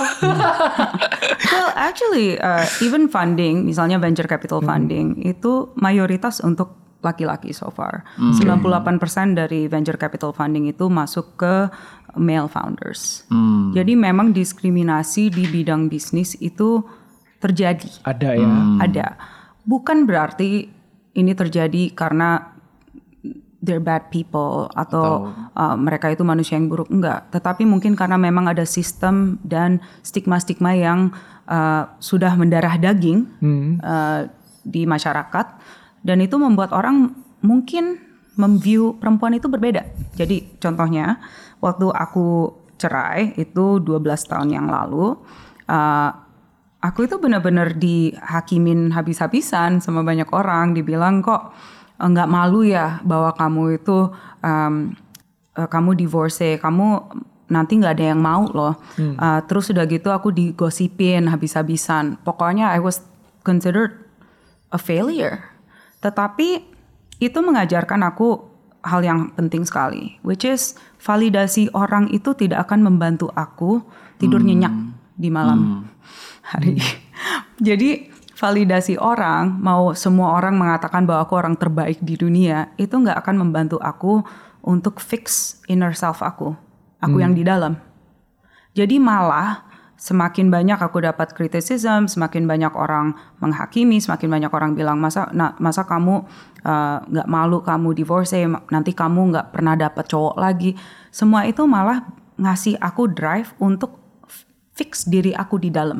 Well actually even funding, misalnya venture capital funding itu mayoritas untuk laki-laki so far. 98% dari venture capital funding itu masuk ke male founders. Jadi memang diskriminasi di bidang bisnis itu terjadi. Ada ya. Ada. Bukan berarti ini terjadi karena they're bad people atau mereka itu manusia yang buruk, enggak. Tetapi mungkin karena memang ada sistem dan stigma-stigma yang sudah mendarah daging di masyarakat, dan itu membuat orang mungkin memview perempuan itu berbeda. Jadi contohnya waktu aku cerai itu 12 tahun yang lalu, aku itu benar-benar dihakimin habis-habisan sama banyak orang. Dibilang kok nggak malu ya bahwa kamu itu kamu divorce, kamu nanti nggak ada yang mau loh. Terus udah gitu aku digosipin habis-habisan. Pokoknya I was considered a failure. Tetapi itu mengajarkan aku hal yang penting sekali, which is validasi orang itu tidak akan membantu aku tidur nyenyak di malam hari. Jadi validasi orang, mau semua orang mengatakan bahwa aku orang terbaik di dunia, itu nggak akan membantu aku untuk fix inner self aku yang di dalam. Jadi malah semakin banyak aku dapat criticism, semakin banyak orang menghakimi, semakin banyak orang bilang masa kamu nggak malu kamu divorce, nanti kamu nggak pernah dapat cowok lagi. Semua itu malah ngasih aku drive untuk fix diri aku di dalam.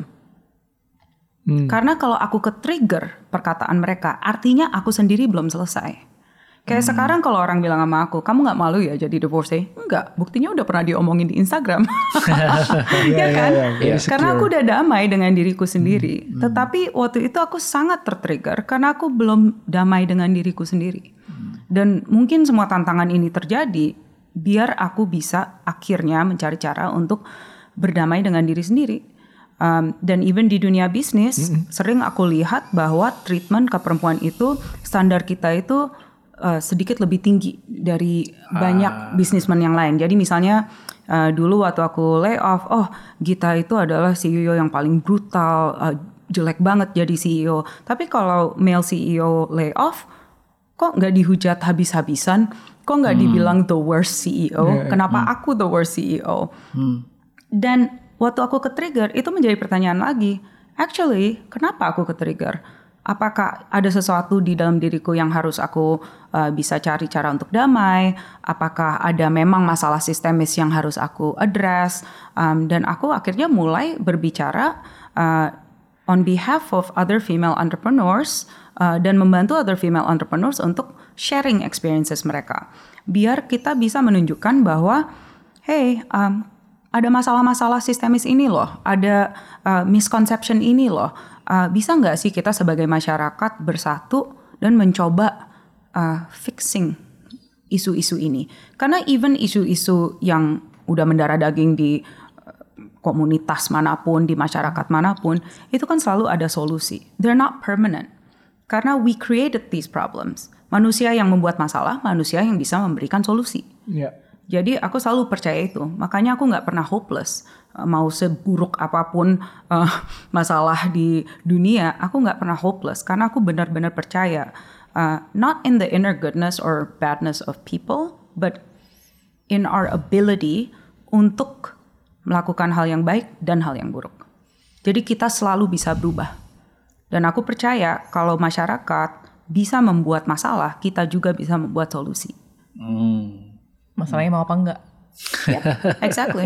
Karena kalau aku ke-trigger perkataan mereka, artinya aku sendiri belum selesai. Kayak sekarang kalau orang bilang sama aku, kamu gak malu ya jadi divorcee? Enggak, buktinya udah pernah diomongin di Instagram. Ya kan? Karena aku udah damai dengan diriku sendiri. Tetapi waktu itu aku sangat ter-trigger karena aku belum damai dengan diriku sendiri. Dan mungkin semua tantangan ini terjadi biar aku bisa akhirnya mencari cara untuk berdamai dengan diri sendiri. Dan even di dunia bisnis, sering aku lihat bahwa treatment ke perempuan itu, standar kita itu sedikit lebih tinggi dari banyak bisnismen yang lain. Jadi misalnya dulu waktu aku lay off, Gita itu adalah CEO yang paling brutal, jelek banget jadi CEO. Tapi kalau male CEO lay off, kok nggak dihujat habis-habisan? Kok nggak dibilang the worst CEO? Kenapa aku the worst CEO? Dan waktu aku ke-trigger, itu menjadi pertanyaan lagi. Actually, kenapa aku ke-trigger? Apakah ada sesuatu di dalam diriku yang harus aku bisa cari cara untuk damai? Apakah ada memang masalah sistemis yang harus aku address? Dan aku akhirnya mulai berbicara on behalf of other female entrepreneurs dan membantu other female entrepreneurs untuk sharing experiences mereka. Biar kita bisa menunjukkan bahwa, hey, ada masalah-masalah sistemis ini loh, ada misconception ini loh. Bisa nggak sih kita sebagai masyarakat bersatu dan mencoba fixing isu-isu ini? Karena even isu-isu yang udah mendarah daging di komunitas manapun, di masyarakat manapun, itu kan selalu ada solusi. They're not permanent. Karena we created these problems. Manusia yang membuat masalah, manusia yang bisa memberikan solusi. Yeah. Jadi aku selalu percaya itu, makanya aku nggak pernah hopeless. Mau seburuk apapun masalah di dunia, aku nggak pernah hopeless karena aku benar-benar percaya not in the inner goodness or badness of people, but in our ability untuk melakukan hal yang baik dan hal yang buruk. Jadi kita selalu bisa berubah. Dan aku percaya kalau masyarakat bisa membuat masalah, kita juga bisa membuat solusi. Masalahnya mau apa enggak? Yeah, exactly.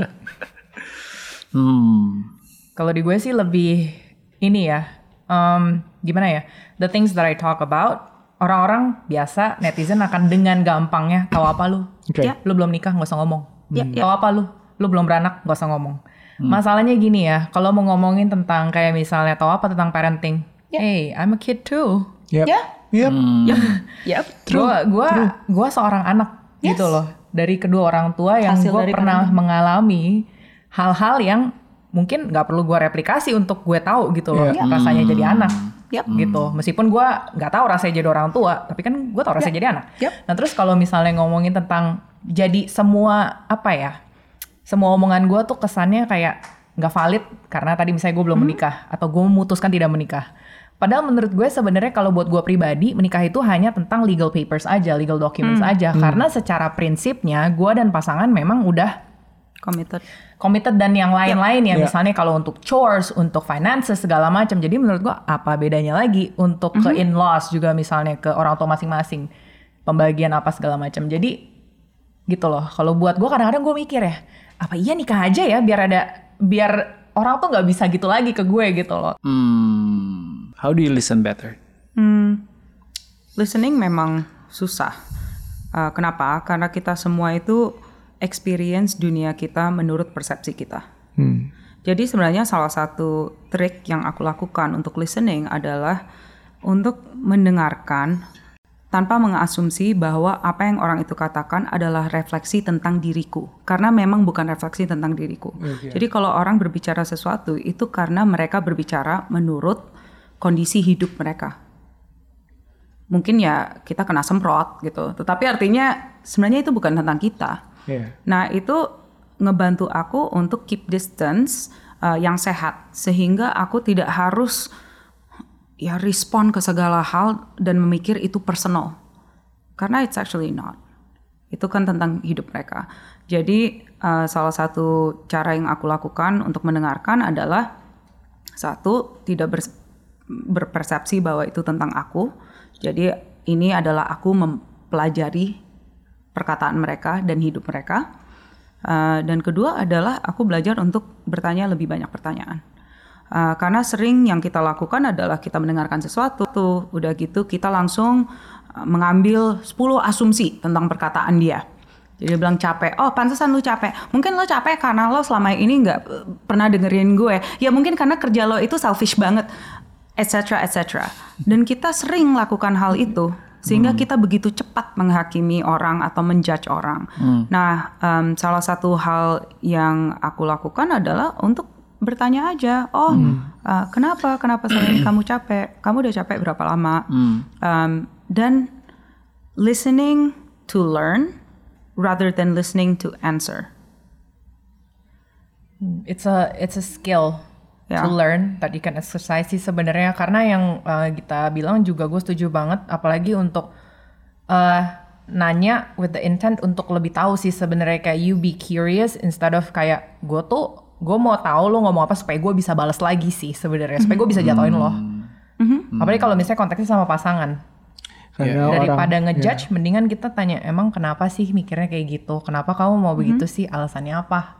Kalau di gue sih lebih ini ya, gimana ya? The things that I talk about, orang-orang biasa netizen akan dengan gampangnya tahu apa lu? Okay. Lu belum nikah nggak usah ngomong. Yeah. Tahu apa lu? Lu belum beranak nggak usah ngomong. Masalahnya gini ya, kalau mau ngomongin tentang kayak misalnya tahu apa tentang parenting? Hey, I'm a kid too. Yep. Gue seorang anak gitu loh. Dari kedua orang tua yang Hasil gue dari pernah mengalami hal-hal yang mungkin nggak perlu gue replikasi untuk gue tahu gitu loh rasanya jadi anak gitu. Meskipun gue nggak tahu rasanya jadi orang tua, tapi kan gue tahu rasanya jadi anak. Nah terus kalau misalnya ngomongin tentang jadi semua semua omongan gue tuh kesannya kayak nggak valid karena tadi misalnya gue belum menikah atau gue memutuskan tidak menikah. Padahal menurut gue sebenarnya kalau buat gue pribadi menikah itu hanya tentang legal papers aja, legal documents aja. Karena secara prinsipnya gue dan pasangan memang udah committed dan yang lain-lain ya. Misalnya kalau untuk chores, untuk finances segala macam. Jadi menurut gue apa bedanya lagi untuk ke in-laws juga misalnya ke orang tua masing-masing. Pembagian apa segala macam. Jadi gitu loh. Kalau buat gue kadang-kadang gue mikir ya, apa iya nikah aja ya biar orang tuh nggak bisa gitu lagi ke gue gitu loh. How do you listen better? Listening memang susah. Kenapa? Karena kita semua itu experience dunia kita menurut persepsi kita. Jadi sebenarnya salah satu trik yang aku lakukan untuk listening adalah untuk mendengarkan tanpa mengasumsi bahwa apa yang orang itu katakan adalah refleksi tentang diriku. Karena memang bukan refleksi tentang diriku. Jadi kalau orang berbicara sesuatu itu karena mereka berbicara menurut kondisi hidup mereka. Mungkin ya kita kena semprot gitu. Tetapi artinya sebenarnya itu bukan tentang kita. Nah itu ngebantu aku untuk keep distance yang sehat. Sehingga aku tidak harus ya respon ke segala hal dan memikir itu personal. Karena it's actually not. Itu kan tentang hidup mereka. Jadi salah satu cara yang aku lakukan untuk mendengarkan adalah satu, tidak berpersepsi bahwa itu tentang aku. Jadi ini adalah aku mempelajari perkataan mereka dan hidup mereka. Dan kedua adalah aku belajar untuk bertanya lebih banyak pertanyaan. Karena sering yang kita lakukan adalah kita mendengarkan sesuatu, udah gitu kita langsung mengambil 10 asumsi tentang perkataan dia. Jadi dia bilang capek, oh pantesan lu capek. Mungkin lo capek karena lo selama ini nggak pernah dengerin gue. Ya mungkin karena kerja lo itu selfish banget, etc. etc. Dan kita sering lakukan hal itu. Sehingga kita begitu cepat menghakimi orang atau menjudge orang. Nah, salah satu hal yang aku lakukan adalah untuk bertanya aja, kenapa sayang kamu capek? Kamu udah capek berapa lama? Dan listening to learn rather than listening to answer. It's a skill to learn that you can exercise sih sebenarnya, karena yang kita bilang juga gue setuju banget, apalagi untuk nanya with the intent untuk lebih tahu sih sebenarnya, kayak you be curious instead of kayak gue mau tahu lo ngomong apa supaya gue bisa balas lagi sih sebenarnya, supaya gue bisa jatuhin lo. Apalagi kalau misalnya konteksnya sama pasangan. Daripada ngejudge, mendingan kita tanya, emang kenapa sih mikirnya kayak gitu? Kenapa kamu mau begitu sih? Alasannya apa?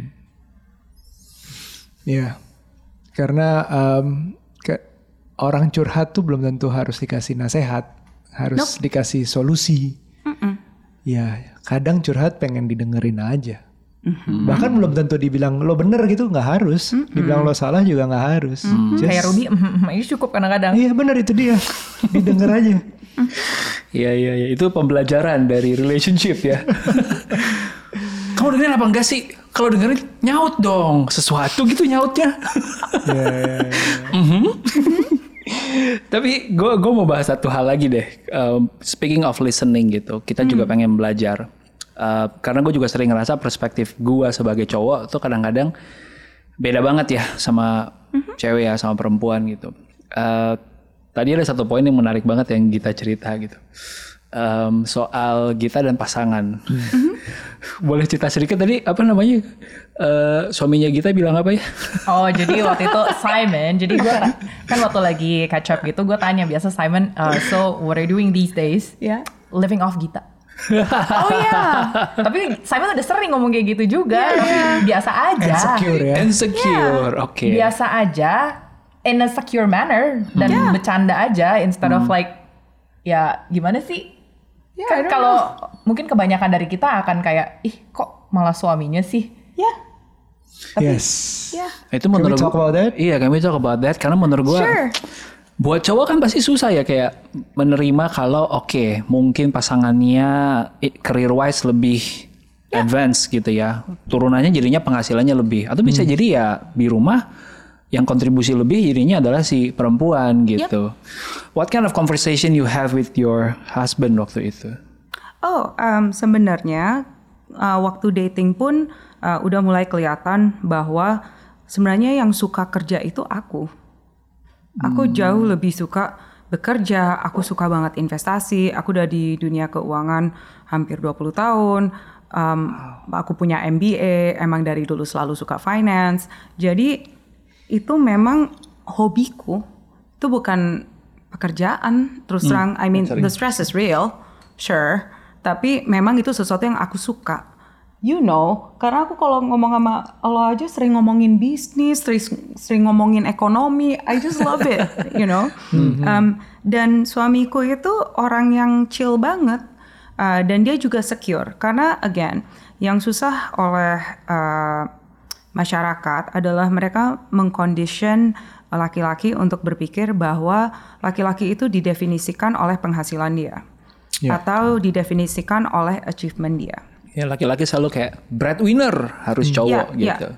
Iya, karena orang curhat tuh belum tentu harus dikasih nasihat, harus dikasih solusi. Ya, kadang curhat pengen didengerin aja. Bahkan belum tentu dibilang lo bener gitu, nggak harus. Dibilang lo salah juga nggak harus. Kayak Ruby, ini cukup kadang-kadang. Iya bener, itu dia. Didengar aja. Iya, itu pembelajaran dari relationship ya. Kamu dengerin apa enggak sih? Kalau dengerin nyaut dong, sesuatu gitu nyautnya. Tapi gue mau bahas satu hal lagi deh. Speaking of listening gitu, kita juga pengen belajar. Karena gue juga sering ngerasa perspektif gue sebagai cowok tuh kadang-kadang beda banget ya sama cewek ya, sama perempuan gitu. Tadi ada satu poin yang menarik banget yang Gita cerita gitu. Soal Gita dan pasangan. Boleh cerita sedikit tadi apa namanya? Suaminya Gita bilang apa ya? Oh, jadi waktu itu Simon, jadi gue kan waktu lagi catch up gitu, gue tanya biasa Simon, so what are you doing these days? Living off Gita. Oh iya, tapi Simon udah sering ngomong kayak gitu juga. Biasa aja. Insecure ya. Insecure, oke. Biasa aja, in a secure manner, dan bercanda aja instead of like, ya gimana sih? Kan kalau mungkin kebanyakan dari kita akan kayak, ih kok malah suaminya sih? Tapi, Itu menurut Can we talk about that? Iya, can we talk about that? Karena menurut gue, buat cowok kan pasti susah ya kayak menerima kalau oke, mungkin pasangannya career wise lebih advance gitu ya. Turunannya jadinya penghasilannya lebih. Atau bisa jadi ya di rumah yang kontribusi lebih jadinya adalah si perempuan gitu. What kind of conversation you have with your husband waktu itu? Sebenarnya waktu dating pun udah mulai kelihatan bahwa sebenarnya yang suka kerja itu aku. Aku jauh lebih suka bekerja, aku suka banget investasi, aku udah di dunia keuangan hampir 20 tahun, aku punya MBA, emang dari dulu selalu suka finance, jadi itu memang hobiku, itu bukan pekerjaan, terus terang, I mean the stress is real, sure, tapi memang itu sesuatu yang aku suka. You know, karena aku kalau ngomong sama lo aja sering ngomongin bisnis, sering ngomongin ekonomi, I just love it, you know. Dan suamiku itu orang yang chill banget, dan dia juga secure. Karena again, yang susah oleh masyarakat adalah mereka mengcondition laki-laki untuk berpikir bahwa laki-laki itu didefinisikan oleh penghasilan dia, atau didefinisikan oleh achievement dia. Ya laki-laki selalu kayak breadwinner harus cowok gitu.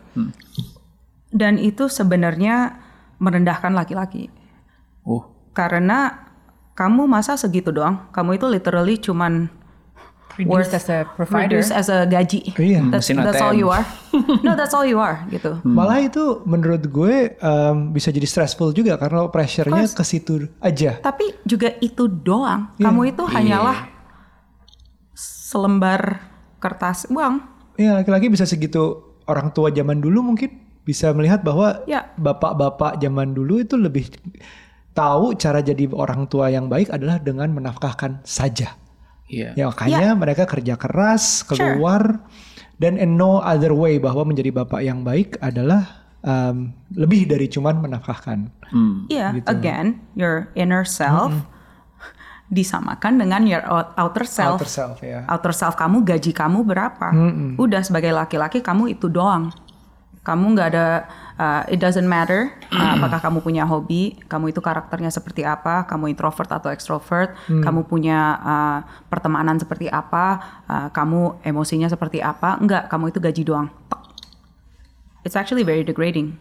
Dan itu sebenarnya merendahkan laki-laki. Karena kamu masa segitu doang? Kamu itu literally cuman Reduced as a provider. reduced as a gaji. Iya. That's all ATM. you are. No, that's all you are gitu. Malah itu menurut gue bisa jadi stressful juga karena pressure-nya ke situ aja. Tapi juga itu doang. Kamu itu hanyalah selembar kertas uang. Iya, laki-laki bisa segitu. Orang tua zaman dulu mungkin bisa melihat bahwa Ya. bapak-bapak zaman dulu itu lebih tahu cara jadi orang tua yang baik adalah dengan menafkahkan saja. Iya. Ya makanya mereka kerja keras, keluar, dan no other way bahwa menjadi bapak yang baik adalah lebih dari cuman menafkahkan. Iya, again, your inner self disamakan dengan your outer self. Outer self, ya. Outer self kamu, gaji kamu berapa? Udah sebagai laki-laki kamu itu doang. Kamu nggak ada, it doesn't matter apakah kamu punya hobi, kamu itu karakternya seperti apa, kamu introvert atau extrovert, kamu punya pertemanan seperti apa, kamu emosinya seperti apa, enggak, kamu itu gaji doang. It's actually very degrading.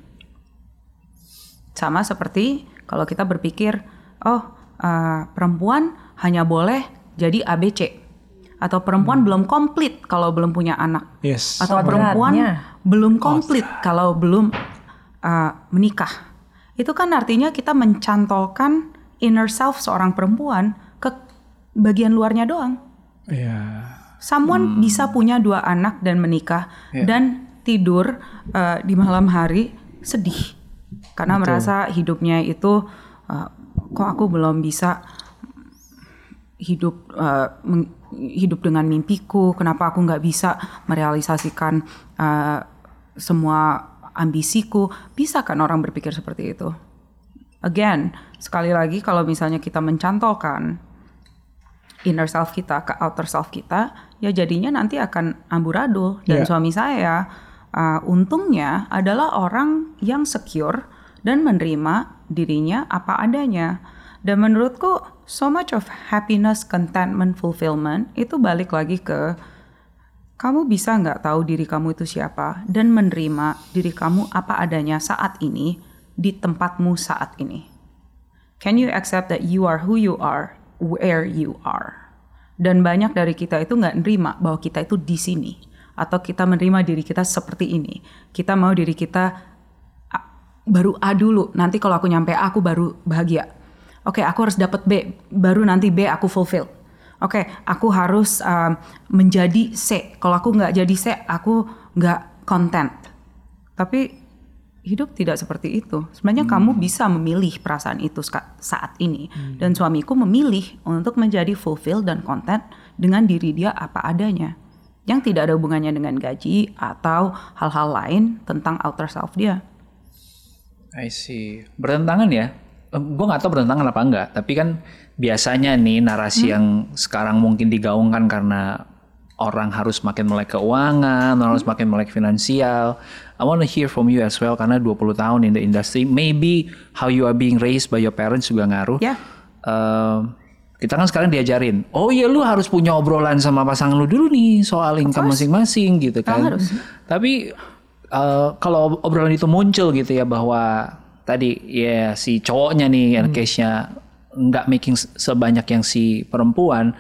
Sama seperti kalau kita berpikir, perempuan hanya boleh jadi ABC. Atau perempuan belum komplit kalau belum punya anak. Yes. Atau perempuan belum komplit kalau belum menikah. Itu kan artinya kita mencantolkan inner self seorang perempuan ke bagian luarnya doang. Iya. Someone bisa punya 2 anak dan menikah dan tidur di malam hari sedih. Karena merasa hidupnya itu kok aku belum bisa hidup dengan mimpiku, kenapa aku nggak bisa merealisasikan semua ambisiku. Bisa kan orang berpikir seperti itu? Again, sekali lagi kalau misalnya kita mencantolkan inner self kita ke outer self kita, ya jadinya nanti akan amburadul. Dan suami saya untungnya adalah orang yang secure dan menerima dirinya apa adanya. Dan menurutku so much of happiness, contentment, fulfillment itu balik lagi ke kamu bisa nggak tahu diri kamu itu siapa dan menerima diri kamu apa adanya saat ini di tempatmu saat ini. Can you accept that you are who you are, where you are? Dan banyak dari kita itu nggak nerima bahwa kita itu di sini. Atau kita menerima diri kita seperti ini. Kita mau diri kita baru A dulu, nanti kalau aku nyampe A aku baru bahagia. Oke, aku harus dapat B, baru nanti B aku fulfill. Oke, aku harus menjadi C. Kalau aku nggak jadi C, aku nggak content. Tapi hidup tidak seperti itu. Sebenarnya kamu bisa memilih perasaan itu saat ini. Dan suamiku memilih untuk menjadi fulfill dan content dengan diri dia apa adanya. Yang tidak ada hubungannya dengan gaji atau hal-hal lain tentang outer self dia. I see. Bertentangan ya? Gue gak tahu bertentangan apa enggak, tapi kan biasanya nih narasi yang sekarang mungkin digaungkan karena orang harus makin melek keuangan, orang harus makin melek finansial. I want to hear from you as well, karena 20 tahun in the industry, maybe how you are being raised by your parents juga ngaruh. Ya. Kita kan sekarang diajarin, oh iya lu harus punya obrolan sama pasangan lu dulu nih soal income masing-masing gitu kan. Harus. Tapi kalau obrolan itu muncul gitu ya bahwa tadi ya si cowoknya nih case-nya nggak making sebanyak yang si perempuan,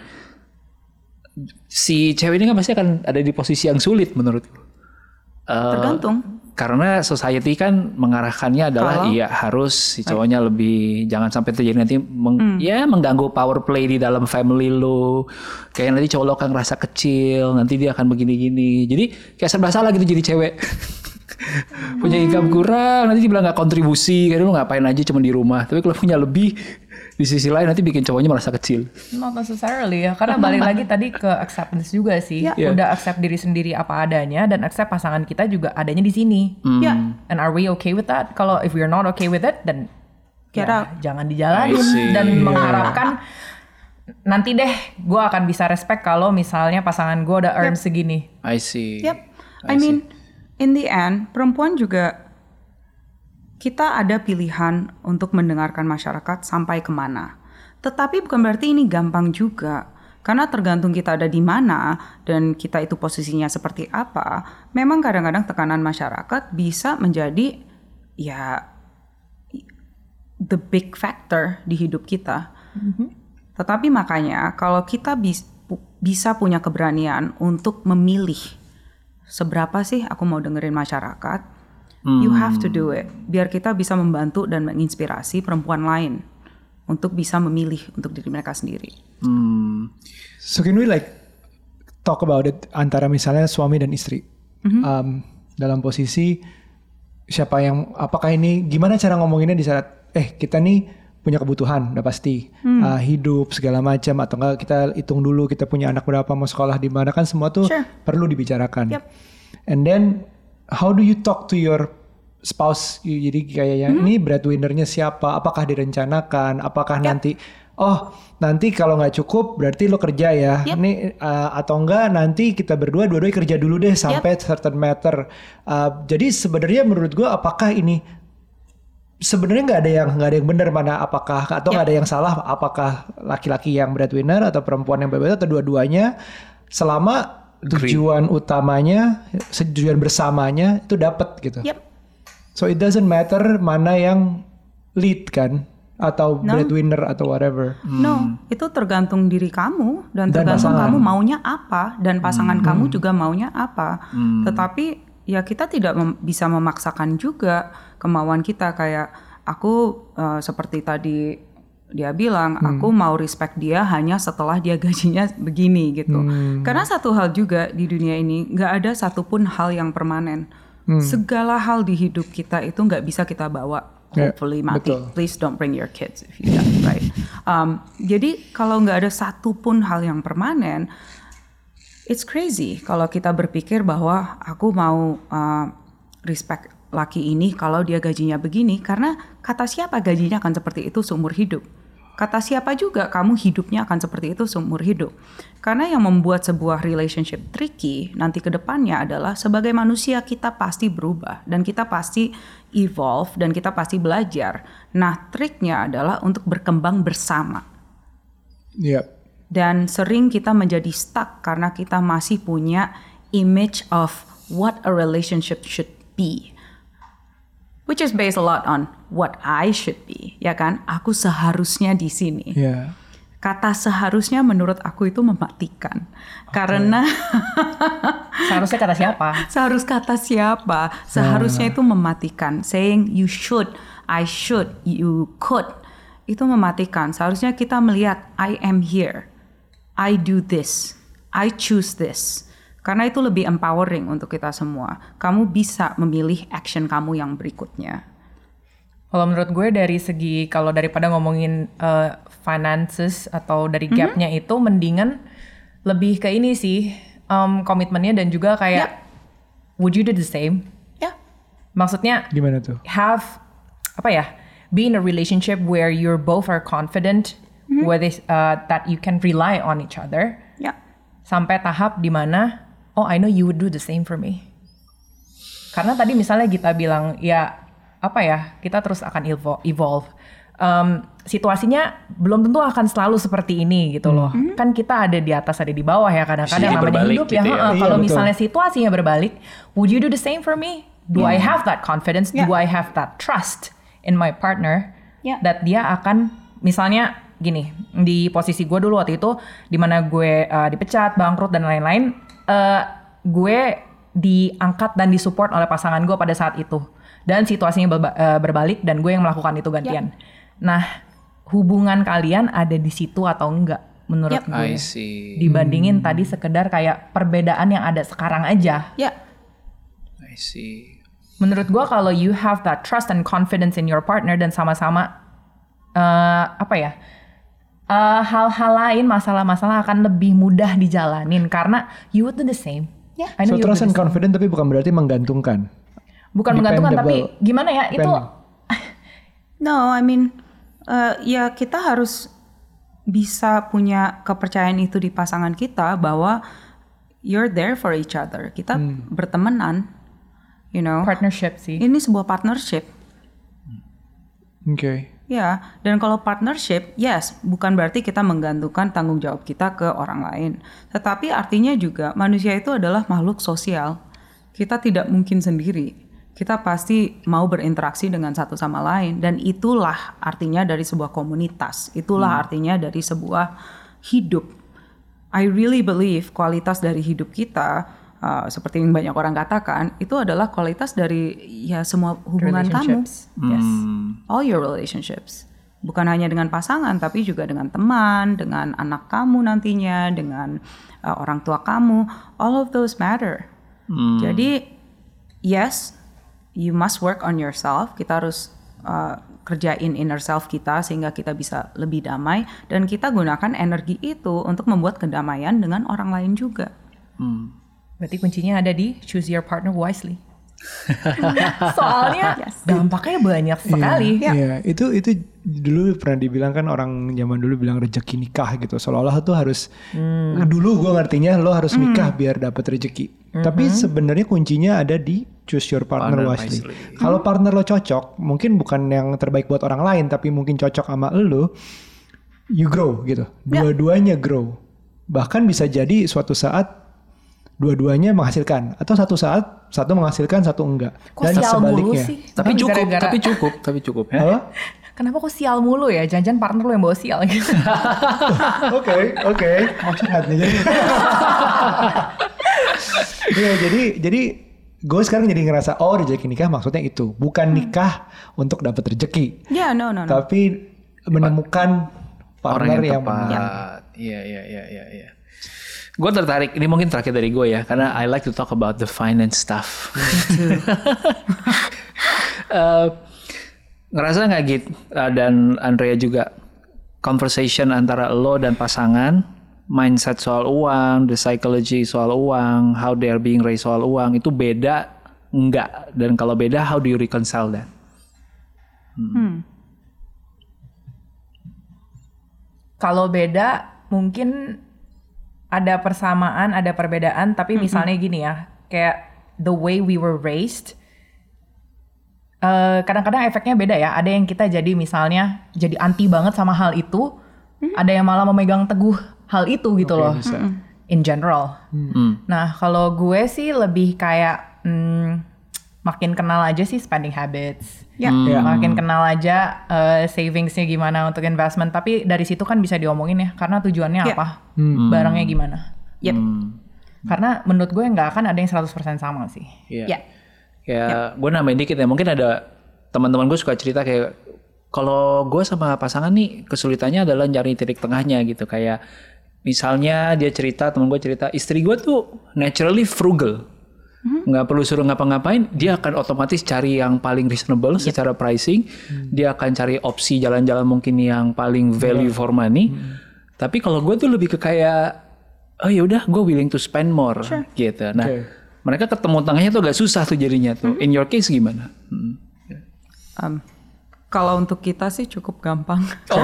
si cewek ini kan pasti akan ada di posisi yang sulit menurutku. Tergantung. Karena society kan mengarahkannya adalah iya harus si cowoknya lebih, jangan sampai terjadi nanti ya mengganggu power play di dalam family lo. Kayak nanti cowok lo akan ngerasa kecil, nanti dia akan begini-gini. Jadi kayak serba salah gitu jadi cewek. Punya income kurang, nanti dibilang gak kontribusi, kayak lu ngapain aja cuma di rumah. Tapi kalau punya lebih, di sisi lain nanti bikin cowoknya merasa kecil. Not necessarily ya, karena balik lagi tadi ke acceptance juga sih. Udah accept diri sendiri apa adanya dan accept pasangan kita juga adanya di sini. And are we okay with that? Kalau if we're not okay with it, then jangan dijalanin dan mengharapkan nanti deh gue akan bisa respect kalau misalnya pasangan gue udah earn segini. I see. I mean, in the end, perempuan juga kita ada pilihan untuk mendengarkan masyarakat sampai kemana. Tetapi bukan berarti ini gampang juga. Karena tergantung kita ada di mana dan kita itu posisinya seperti apa. Memang kadang-kadang tekanan masyarakat bisa menjadi ya the big factor di hidup kita. Tetapi makanya kalau kita bisa punya keberanian untuk memilih seberapa sih aku mau dengerin masyarakat. You have to do it. Biar kita bisa membantu dan menginspirasi perempuan lain untuk bisa memilih untuk diri mereka sendiri. So can we like talk about it antara misalnya suami dan istri dalam posisi siapa yang, apakah ini gimana cara ngomonginnya di saat kita nih punya kebutuhan udah pasti hidup segala macam, atau enggak kita hitung dulu kita punya anak berapa, mau sekolah di mana, kan semua tuh perlu dibicarakan. And then how do you talk to your spouse? Jadi kayaknya ini breadwinner-nya siapa? Apakah direncanakan? Apakah nanti nanti kalau nggak cukup berarti lo kerja ya? Ini atau enggak nanti kita dua-duanya kerja dulu deh sampai certain matter. Jadi sebenarnya menurut gue apakah ini sebenarnya nggak ada yang benar mana, apakah atau nggak ada yang salah, apakah laki-laki yang breadwinner atau perempuan yang breadwinner atau dua-duanya, selama tujuan utamanya, tujuan bersamanya itu dapat gitu. So it doesn't matter mana yang lead kan, atau breadwinner atau whatever. No, itu tergantung diri kamu dan tergantung kamu maunya apa dan pasangan kamu juga maunya apa. Tetapi ya kita tidak bisa memaksakan juga kemauan kita. Kayak aku seperti tadi dia bilang, aku mau respect dia hanya setelah dia gajinya begini gitu. Karena satu hal juga di dunia ini, nggak ada satupun hal yang permanen. Segala hal di hidup kita itu nggak bisa kita bawa hopefully mati. Betul. Please don't bring your kids if you die, right? Jadi kalau nggak ada satupun hal yang permanen, it's crazy kalau kita berpikir bahwa aku mau respect laki ini kalau dia gajinya begini, karena kata siapa gajinya akan seperti itu seumur hidup. Kata siapa juga kamu hidupnya akan seperti itu seumur hidup. Karena yang membuat sebuah relationship tricky nanti ke depannya adalah sebagai manusia kita pasti berubah dan kita pasti evolve dan kita pasti belajar. Nah, triknya adalah untuk berkembang bersama. Dan sering kita menjadi stuck karena kita masih punya image of what a relationship should be. Which is based a lot on what I should be, ya kan? Aku seharusnya di sini. Kata seharusnya menurut aku itu mematikan. Karena seharusnya kata siapa? Seharusnya itu mematikan. Saying you should, I should, you could, itu mematikan. Seharusnya kita melihat I am here, I do this, I choose this. Karena itu lebih empowering untuk kita semua. Kamu bisa memilih action kamu yang berikutnya. Kalau menurut gue dari segi, kalau daripada ngomongin finances atau dari gapnya itu, mendingan lebih ke ini sih, komitmennya dan juga kayak, would you do the same? Maksudnya, gimana tuh? Be in a relationship where you both are confident that you can rely on each other. Sampai tahap dimana, I know you would do the same for me. Karena tadi misalnya Gita bilang, kita terus akan evolve. Situasinya belum tentu akan selalu seperti ini gitu loh. Kan kita ada di atas, ada di bawah ya kadang-kadang namanya hidup gitu ya. Kalau misalnya situasinya berbalik, would you do the same for me? Do I have that confidence? Do I have that trust in my partner that dia akan, misalnya gini, di posisi gue dulu waktu itu, di mana gue dipecat, bangkrut dan lain-lain, gue diangkat dan disupport oleh pasangan gue pada saat itu. Dan situasinya berbalik dan gue yang melakukan itu gantian. Nah, hubungan kalian ada di situ atau enggak menurut gue? I see. Dibandingin tadi sekedar kayak perbedaan yang ada sekarang aja. I see. Menurut gue kalau you have that trust and confidence in your partner dan sama-sama hal-hal lain, masalah-masalah akan lebih mudah dijalanin karena you would do the same. So trust and confident tapi bukan berarti menggantungkan. Bukan menggantungkan tapi gimana ya itu? No, I mean ya kita harus bisa punya kepercayaan itu di pasangan kita bahwa you're there for each other. Kita bertemanan, you know. Partnership sih. Ini sebuah partnership. Oke. Ya, dan kalau partnership, yes, bukan berarti kita menggantungkan tanggung jawab kita ke orang lain. Tetapi artinya juga manusia itu adalah makhluk sosial. Kita tidak mungkin sendiri. Kita pasti mau berinteraksi dengan satu sama lain. Dan itulah artinya dari sebuah komunitas. Itulah artinya dari sebuah hidup. I really believe kualitas dari hidup kita, seperti yang banyak orang katakan, itu adalah kualitas dari ya semua hubungan kamu. Yes. All your relationships. Bukan hanya dengan pasangan, tapi juga dengan teman, dengan anak kamu nantinya, dengan orang tua kamu. All of those matter. Jadi, yes, you must work on yourself. Kita harus kerjain inner self kita sehingga kita bisa lebih damai. Dan kita gunakan energi itu untuk membuat kedamaian dengan orang lain juga. Berarti kuncinya ada di choose your partner wisely. Soalnya dampaknya banyak sekali. Iya, itu dulu pernah dibilang kan, orang zaman dulu bilang rezeki nikah gitu. Seolah-olah tuh harus dulu gue ngertinya lo harus nikah biar dapat rezeki. Tapi sebenarnya kuncinya ada di choose your partner wisely. Kalau partner lo cocok, mungkin bukan yang terbaik buat orang lain, tapi mungkin cocok sama lo, you grow gitu. Dua-duanya grow. Bahkan bisa jadi suatu saat dua-duanya menghasilkan, atau satu saat satu menghasilkan satu enggak. Kok Dan sial mulu sebaliknya. sih? Tapi cukup ya. Apa? Kenapa kok sial mulu ya? Jangan-jangan partner lu yang bawa sial gitu. Oke. Maksudnya nih. Iya, jadi gue sekarang jadi ngerasa rezeki nikah maksudnya itu bukan nikah untuk dapat rezeki. No. Tapi menemukan partner yang tepat. Iya. Gue tertarik, ini mungkin terakhir dari gue ya, karena I like to talk about the finance stuff. Ngerasa nggak Git dan Andrea juga, conversation antara lo dan pasangan, mindset soal uang, the psychology soal uang, how they are being raised soal uang, itu beda nggak? Dan kalau beda, how do you reconcile that? Kalau beda mungkin ada persamaan, ada perbedaan, tapi misalnya gini ya, kayak the way we were raised, kadang-kadang efeknya beda ya. Ada yang kita jadi misalnya jadi anti banget sama hal itu, ada yang malah memegang teguh hal itu gitu loh. In general. Nah kalau gue sih lebih kayak makin kenal aja sih spending habits. Makin kenal aja savingsnya gimana untuk investment. Tapi dari situ kan bisa diomongin ya, karena tujuannya apa, barangnya gimana. Karena menurut gue nggak akan ada yang 100% sama sih. Gue nambahin dikit ya, mungkin ada teman-teman gue suka cerita kayak, kalau gue sama pasangan nih kesulitannya adalah nyari titik tengahnya gitu. Kayak misalnya teman gue cerita, istri gue tuh naturally frugal. Nggak perlu suruh ngapa-ngapain, dia akan otomatis cari yang paling reasonable secara pricing. Dia akan cari opsi jalan-jalan mungkin yang paling value for money. Tapi kalau gue tuh lebih ke kayak, oh ya udah, gue willing to spend more gitu. Nah, mereka ketemu tengahnya tuh agak susah tuh jadinya tuh. In your case gimana? Kalau untuk kita sih cukup gampang.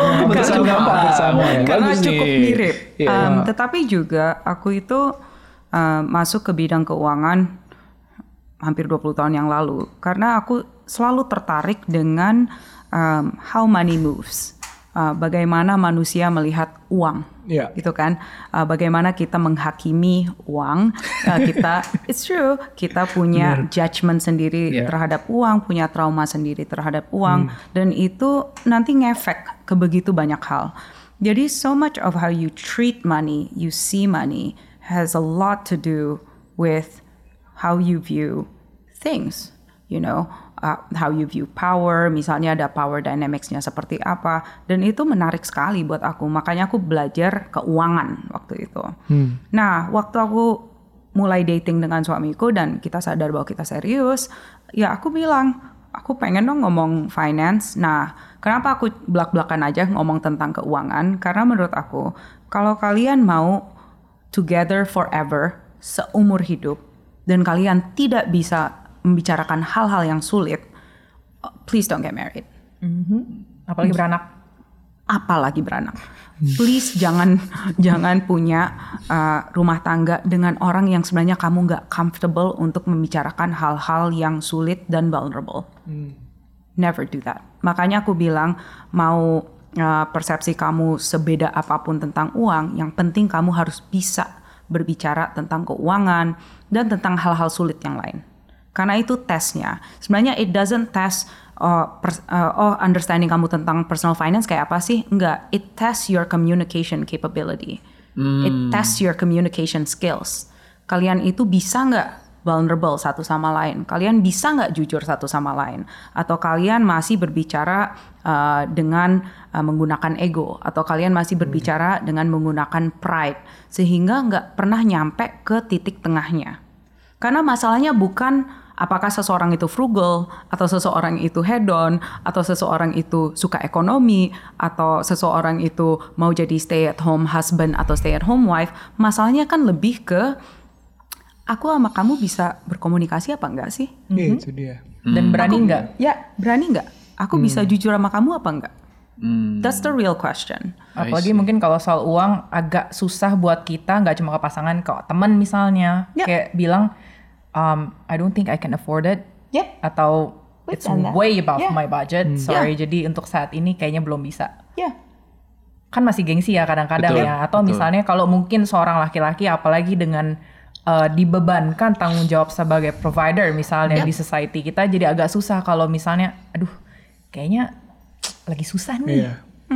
Karena cukup mirip. Tetapi juga aku itu masuk ke bidang keuangan hampir 20 tahun yang lalu. Karena aku selalu tertarik dengan how money moves. Bagaimana manusia melihat uang. Gitu kan. Bagaimana kita menghakimi uang. It's true. Kita punya judgment sendiri terhadap uang. Punya trauma sendiri terhadap uang. Dan itu nanti ngefek ke begitu banyak hal. Jadi so much of how you treat money, you see money, has a lot to do with how you view things, how you view power, misalnya ada power dynamics-nya seperti apa, dan itu menarik sekali buat aku, makanya aku belajar keuangan waktu itu. Nah, waktu aku mulai dating dengan suamiku dan kita sadar bahwa kita serius, ya aku bilang, aku pengen dong ngomong finance. Nah, kenapa aku belak-belakan aja ngomong tentang keuangan? Karena menurut aku, kalau kalian mau together forever, seumur hidup, dan kalian tidak bisa membicarakan hal-hal yang sulit, please don't get married. Apalagi beranak. Please jangan punya rumah tangga dengan orang yang sebenarnya kamu nggak comfortable untuk membicarakan hal-hal yang sulit dan vulnerable. Never do that. Makanya aku bilang, mau persepsi kamu sebeda apapun tentang uang, yang penting kamu harus bisa berbicara tentang keuangan dan tentang hal-hal sulit yang lain. Karena itu tesnya. Sebenarnya it doesn't test understanding kamu tentang personal finance kayak apa sih? Enggak. It tests your communication capability. It tests your communication skills. Kalian itu bisa nggak vulnerable satu sama lain? Kalian bisa nggak jujur satu sama lain? Atau kalian masih berbicara dengan menggunakan ego? Atau kalian masih berbicara dengan menggunakan pride? Sehingga nggak pernah nyampe ke titik tengahnya. Karena masalahnya bukan apakah seseorang itu frugal, atau seseorang itu hedon, atau seseorang itu suka ekonomi, atau seseorang itu mau jadi stay at home husband atau stay at home wife. Masalahnya kan lebih ke aku sama kamu bisa berkomunikasi apa enggak sih? Itu dia. Dan berani nggak? Ya, berani nggak? Aku bisa jujur sama kamu apa enggak? That's the real question. Apalagi mungkin kalau soal uang agak susah buat kita, nggak cuma ke pasangan, ke teman misalnya. Kayak bilang, I don't think I can afford it. Atau it's way above my budget. Sorry, jadi untuk saat ini kayaknya belum bisa. Kan masih gengsi ya kadang-kadang ya. Atau misalnya kalau mungkin seorang laki-laki apalagi dengan dibebankan tanggung jawab sebagai provider misalnya di society kita, jadi agak susah kalau misalnya aduh kayaknya lagi susah nih.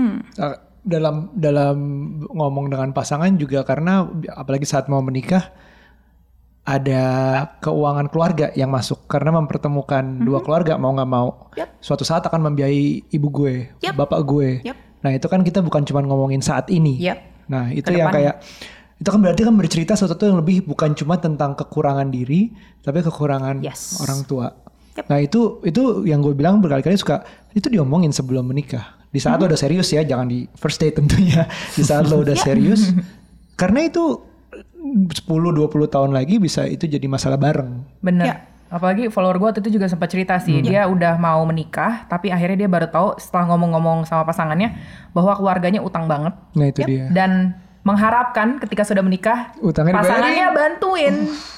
Dalam ngomong dengan pasangan juga, karena apalagi saat mau menikah ada keuangan keluarga yang masuk, karena mempertemukan dua keluarga mau nggak mau suatu saat akan membiayai ibu gue, bapak gue. Nah itu kan kita bukan cuma ngomongin saat ini. Nah itu yang kayak itu kan berarti kan bercerita sesuatu yang lebih bukan cuma tentang kekurangan diri, tapi kekurangan orang tua. Nah itu yang gue bilang berkali-kali suka itu diomongin sebelum menikah. Di saat lo udah serius ya, jangan di first date tentunya. Di saat lo udah serius, karena itu 10-20 tahun lagi bisa itu jadi masalah bareng. Bener. Apalagi follower gue waktu itu juga sempat cerita sih, dia udah mau menikah, tapi akhirnya dia baru tahu setelah ngomong-ngomong sama pasangannya bahwa keluarganya utang banget. Nah itu dia. Dan mengharapkan ketika sudah menikah utangnya pasangannya bantuin.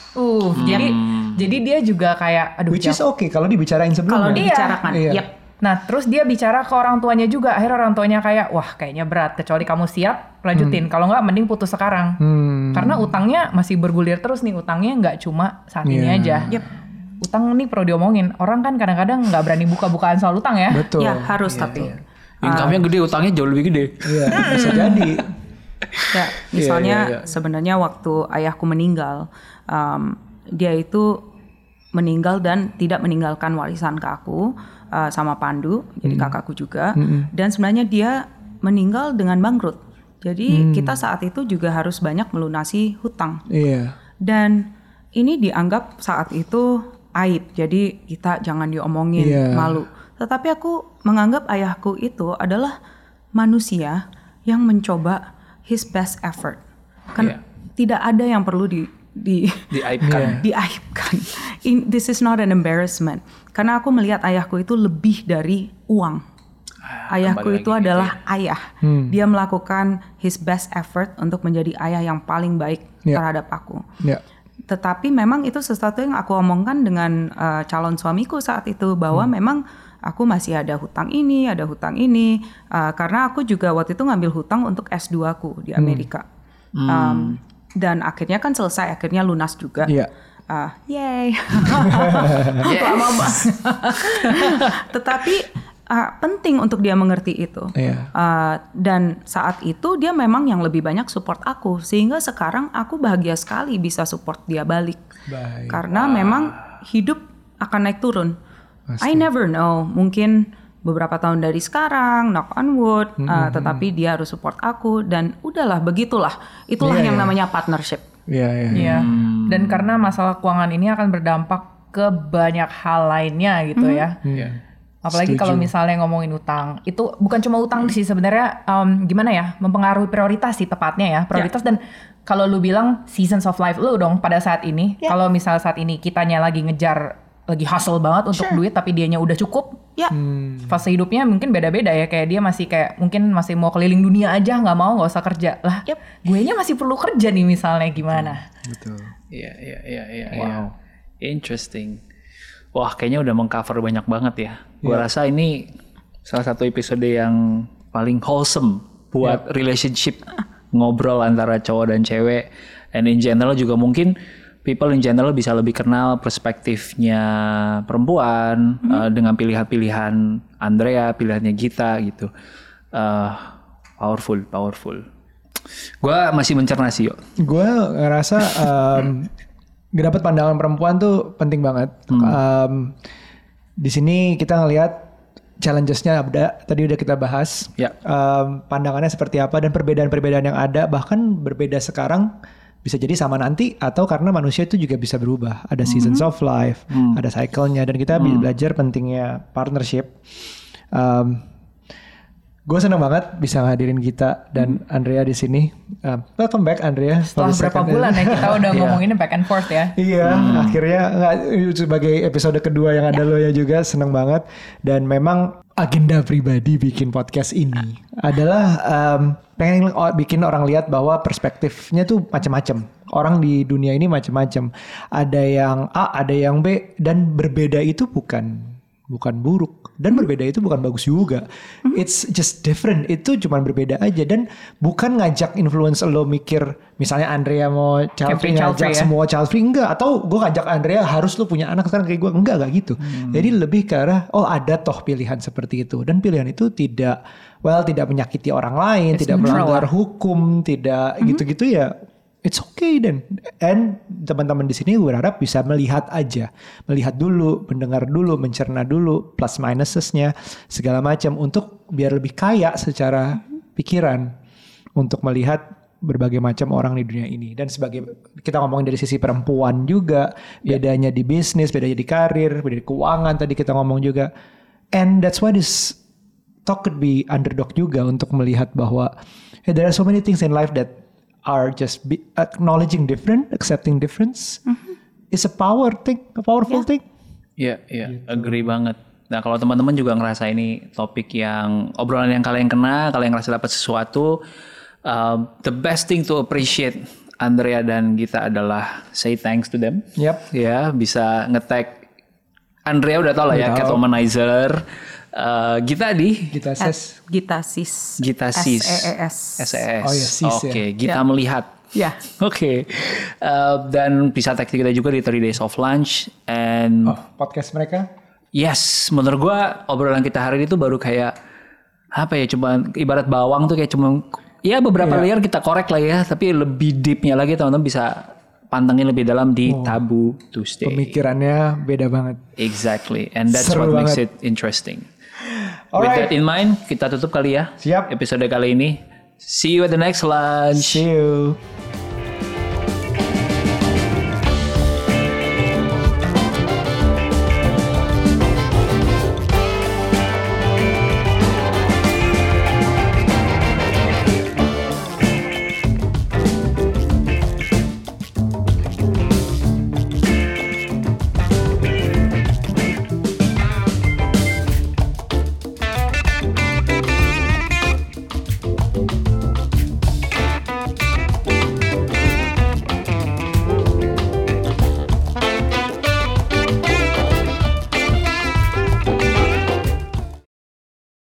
Jadi dia juga kayak aduh. Which is okay kalau dibicarain sebelumnya. Kalau dibicarakan. Nah terus dia bicara ke orang tuanya juga. Akhirnya orang tuanya kayak wah kayaknya berat. Kecuali kamu siap lanjutin. Kalau nggak mending putus sekarang. Karena utangnya masih bergulir terus nih. Utangnya nggak cuma saat ini aja. Utang nih perlu diomongin. Orang kan kadang-kadang nggak berani buka-bukaan soal utang ya. Betul. Ya harus tapi. Income-nya gede, utangnya jauh lebih gede. Iya bisa jadi. Ya, misalnya sebenarnya waktu ayahku meninggal, dia itu meninggal dan tidak meninggalkan warisan ke aku sama Pandu, jadi kakakku juga. Dan sebenarnya dia meninggal dengan bangkrut. Jadi kita saat itu juga harus banyak melunasi hutang. Dan ini dianggap saat itu aib, jadi kita jangan diomongin, malu. Tetapi aku menganggap ayahku itu adalah manusia yang mencoba his best effort. Kan tidak ada yang perlu diaibkan. This is not an embarrassment. Karena aku melihat ayahku itu lebih dari uang. Ayahku itu adalah ayah. Dia melakukan his best effort untuk menjadi ayah yang paling baik terhadap aku. Tetapi memang itu sesuatu yang aku omongkan dengan calon suamiku saat itu, bahwa memang aku masih ada hutang ini, karena aku juga waktu itu ngambil hutang untuk S2 ku di Amerika. Dan akhirnya kan selesai, akhirnya lunas juga. Yay. Lama banget. Tetapi penting untuk dia mengerti itu. Dan saat itu dia memang yang lebih banyak support aku, sehingga sekarang aku bahagia sekali bisa support dia balik. Karena memang hidup akan naik turun. I never know, mungkin beberapa tahun dari sekarang, knock on wood, tetapi dia harus support aku, dan udahlah begitulah. Itulah yang namanya partnership. Dan karena masalah keuangan ini akan berdampak ke banyak hal lainnya gitu ya. Apalagi kalau misalnya ngomongin utang, itu bukan cuma utang sih sebenarnya, gimana ya, mempengaruhi prioritas sih tepatnya ya, prioritas. Dan kalau lu bilang seasons of life lu dong pada saat ini, kalau misalnya saat ini kitanya lagi ngejar, lagi hustle banget untuk duit, tapi dianya udah cukup. Fase hidupnya mungkin beda-beda ya, kayak dia masih kayak mungkin masih mau keliling dunia aja, nggak usah kerja lah. Guenya masih perlu kerja nih misalnya, gimana? Betul. Iya. Wow, interesting. Wah, kayaknya udah mengcover banyak banget ya. Gua rasa ini salah satu episode yang paling wholesome buat relationship, ngobrol antara cowok dan cewek, and in general juga mungkin people in general bisa lebih kenal perspektifnya perempuan dengan pilihan-pilihan Andrea, pilihannya Gita gitu. Powerful. Gue masih mencerna sih, yo. Gue ngerasa dapat pandangan perempuan tuh penting banget. Di sini kita ngelihat challenges-nya ada, tadi udah kita bahas. Ya. Pandangannya seperti apa dan perbedaan-perbedaan yang ada, bahkan berbeda sekarang bisa jadi sama nanti, atau karena manusia itu juga bisa berubah. Ada seasons of life, ada cycle-nya, dan kita belajar pentingnya partnership. Gue senang banget bisa ngadirin Gita dan Andrea di sini. Welcome back Andrea. Setelah berapa bulan ya kita udah ngomonginnya back and forth ya. Iya, akhirnya sebagai episode kedua yang ada lo ya juga, senang banget. Dan memang agenda pribadi bikin podcast ini adalah pengen bikin orang lihat bahwa perspektifnya tuh macam-macam. Orang di dunia ini macam-macam. Ada yang A, ada yang B, dan berbeda itu bukan buruk, dan berbeda itu bukan bagus juga. It's just different. Itu cuma berbeda aja, dan bukan ngajak influence lo mikir misalnya Andrea mau child free, ngajak semua child free, enggak, atau gue ngajak Andrea harus lo punya anak sekarang kayak gue, enggak gitu. Jadi lebih ke arah ada toh pilihan seperti itu, dan pilihan itu tidak menyakiti orang lain, tidak melanggar hukum, tidak gitu-gitu ya. It's okay then. And teman-teman di sini gue harap bisa melihat dulu, mendengar dulu, mencerna dulu plus minusesnya segala macam, untuk biar lebih kaya secara pikiran untuk melihat berbagai macam orang di dunia ini. Dan sebagai kita ngomongin dari sisi perempuan juga, bedanya di bisnis, bedanya di karir, bedanya di keuangan tadi kita ngomong juga. And that's why this talk could be underdog juga, untuk melihat bahwa there are so many things in life that are just acknowledging different, accepting difference. It's a powerful thing. Iya, agree banget. Nah, kalau teman-teman juga ngerasa ini topik yang obrolan yang kalian kena, kalian ngerasa dapat sesuatu, the best thing to appreciate Andrea dan Gita adalah say thanks to them. Yep. Ya, bisa nge-tag Andrea udah tau lah ya, Cat Womanizer. Gita di Gitasis. SEES. SES. Oh ya, sis. Oke, Gita melihat. Ya. Oke. Dan bisa tag kita juga di 30 Days of Lunch and podcast mereka. Yes, menurut gua obrolan kita hari ini tuh baru kayak apa ya, cuma ibarat bawang tuh kayak cuma ya beberapa layer kita korek lah ya, tapi lebih deepnya lagi teman-teman bisa pantengin lebih dalam di Tabu Tuesday. Pemikirannya beda banget. Exactly, and that's Seru what makes banget. it interesting. Alright. With that in mind, kita tutup kali ya. Siap. Episode kali ini. See you at the next lunch. See you.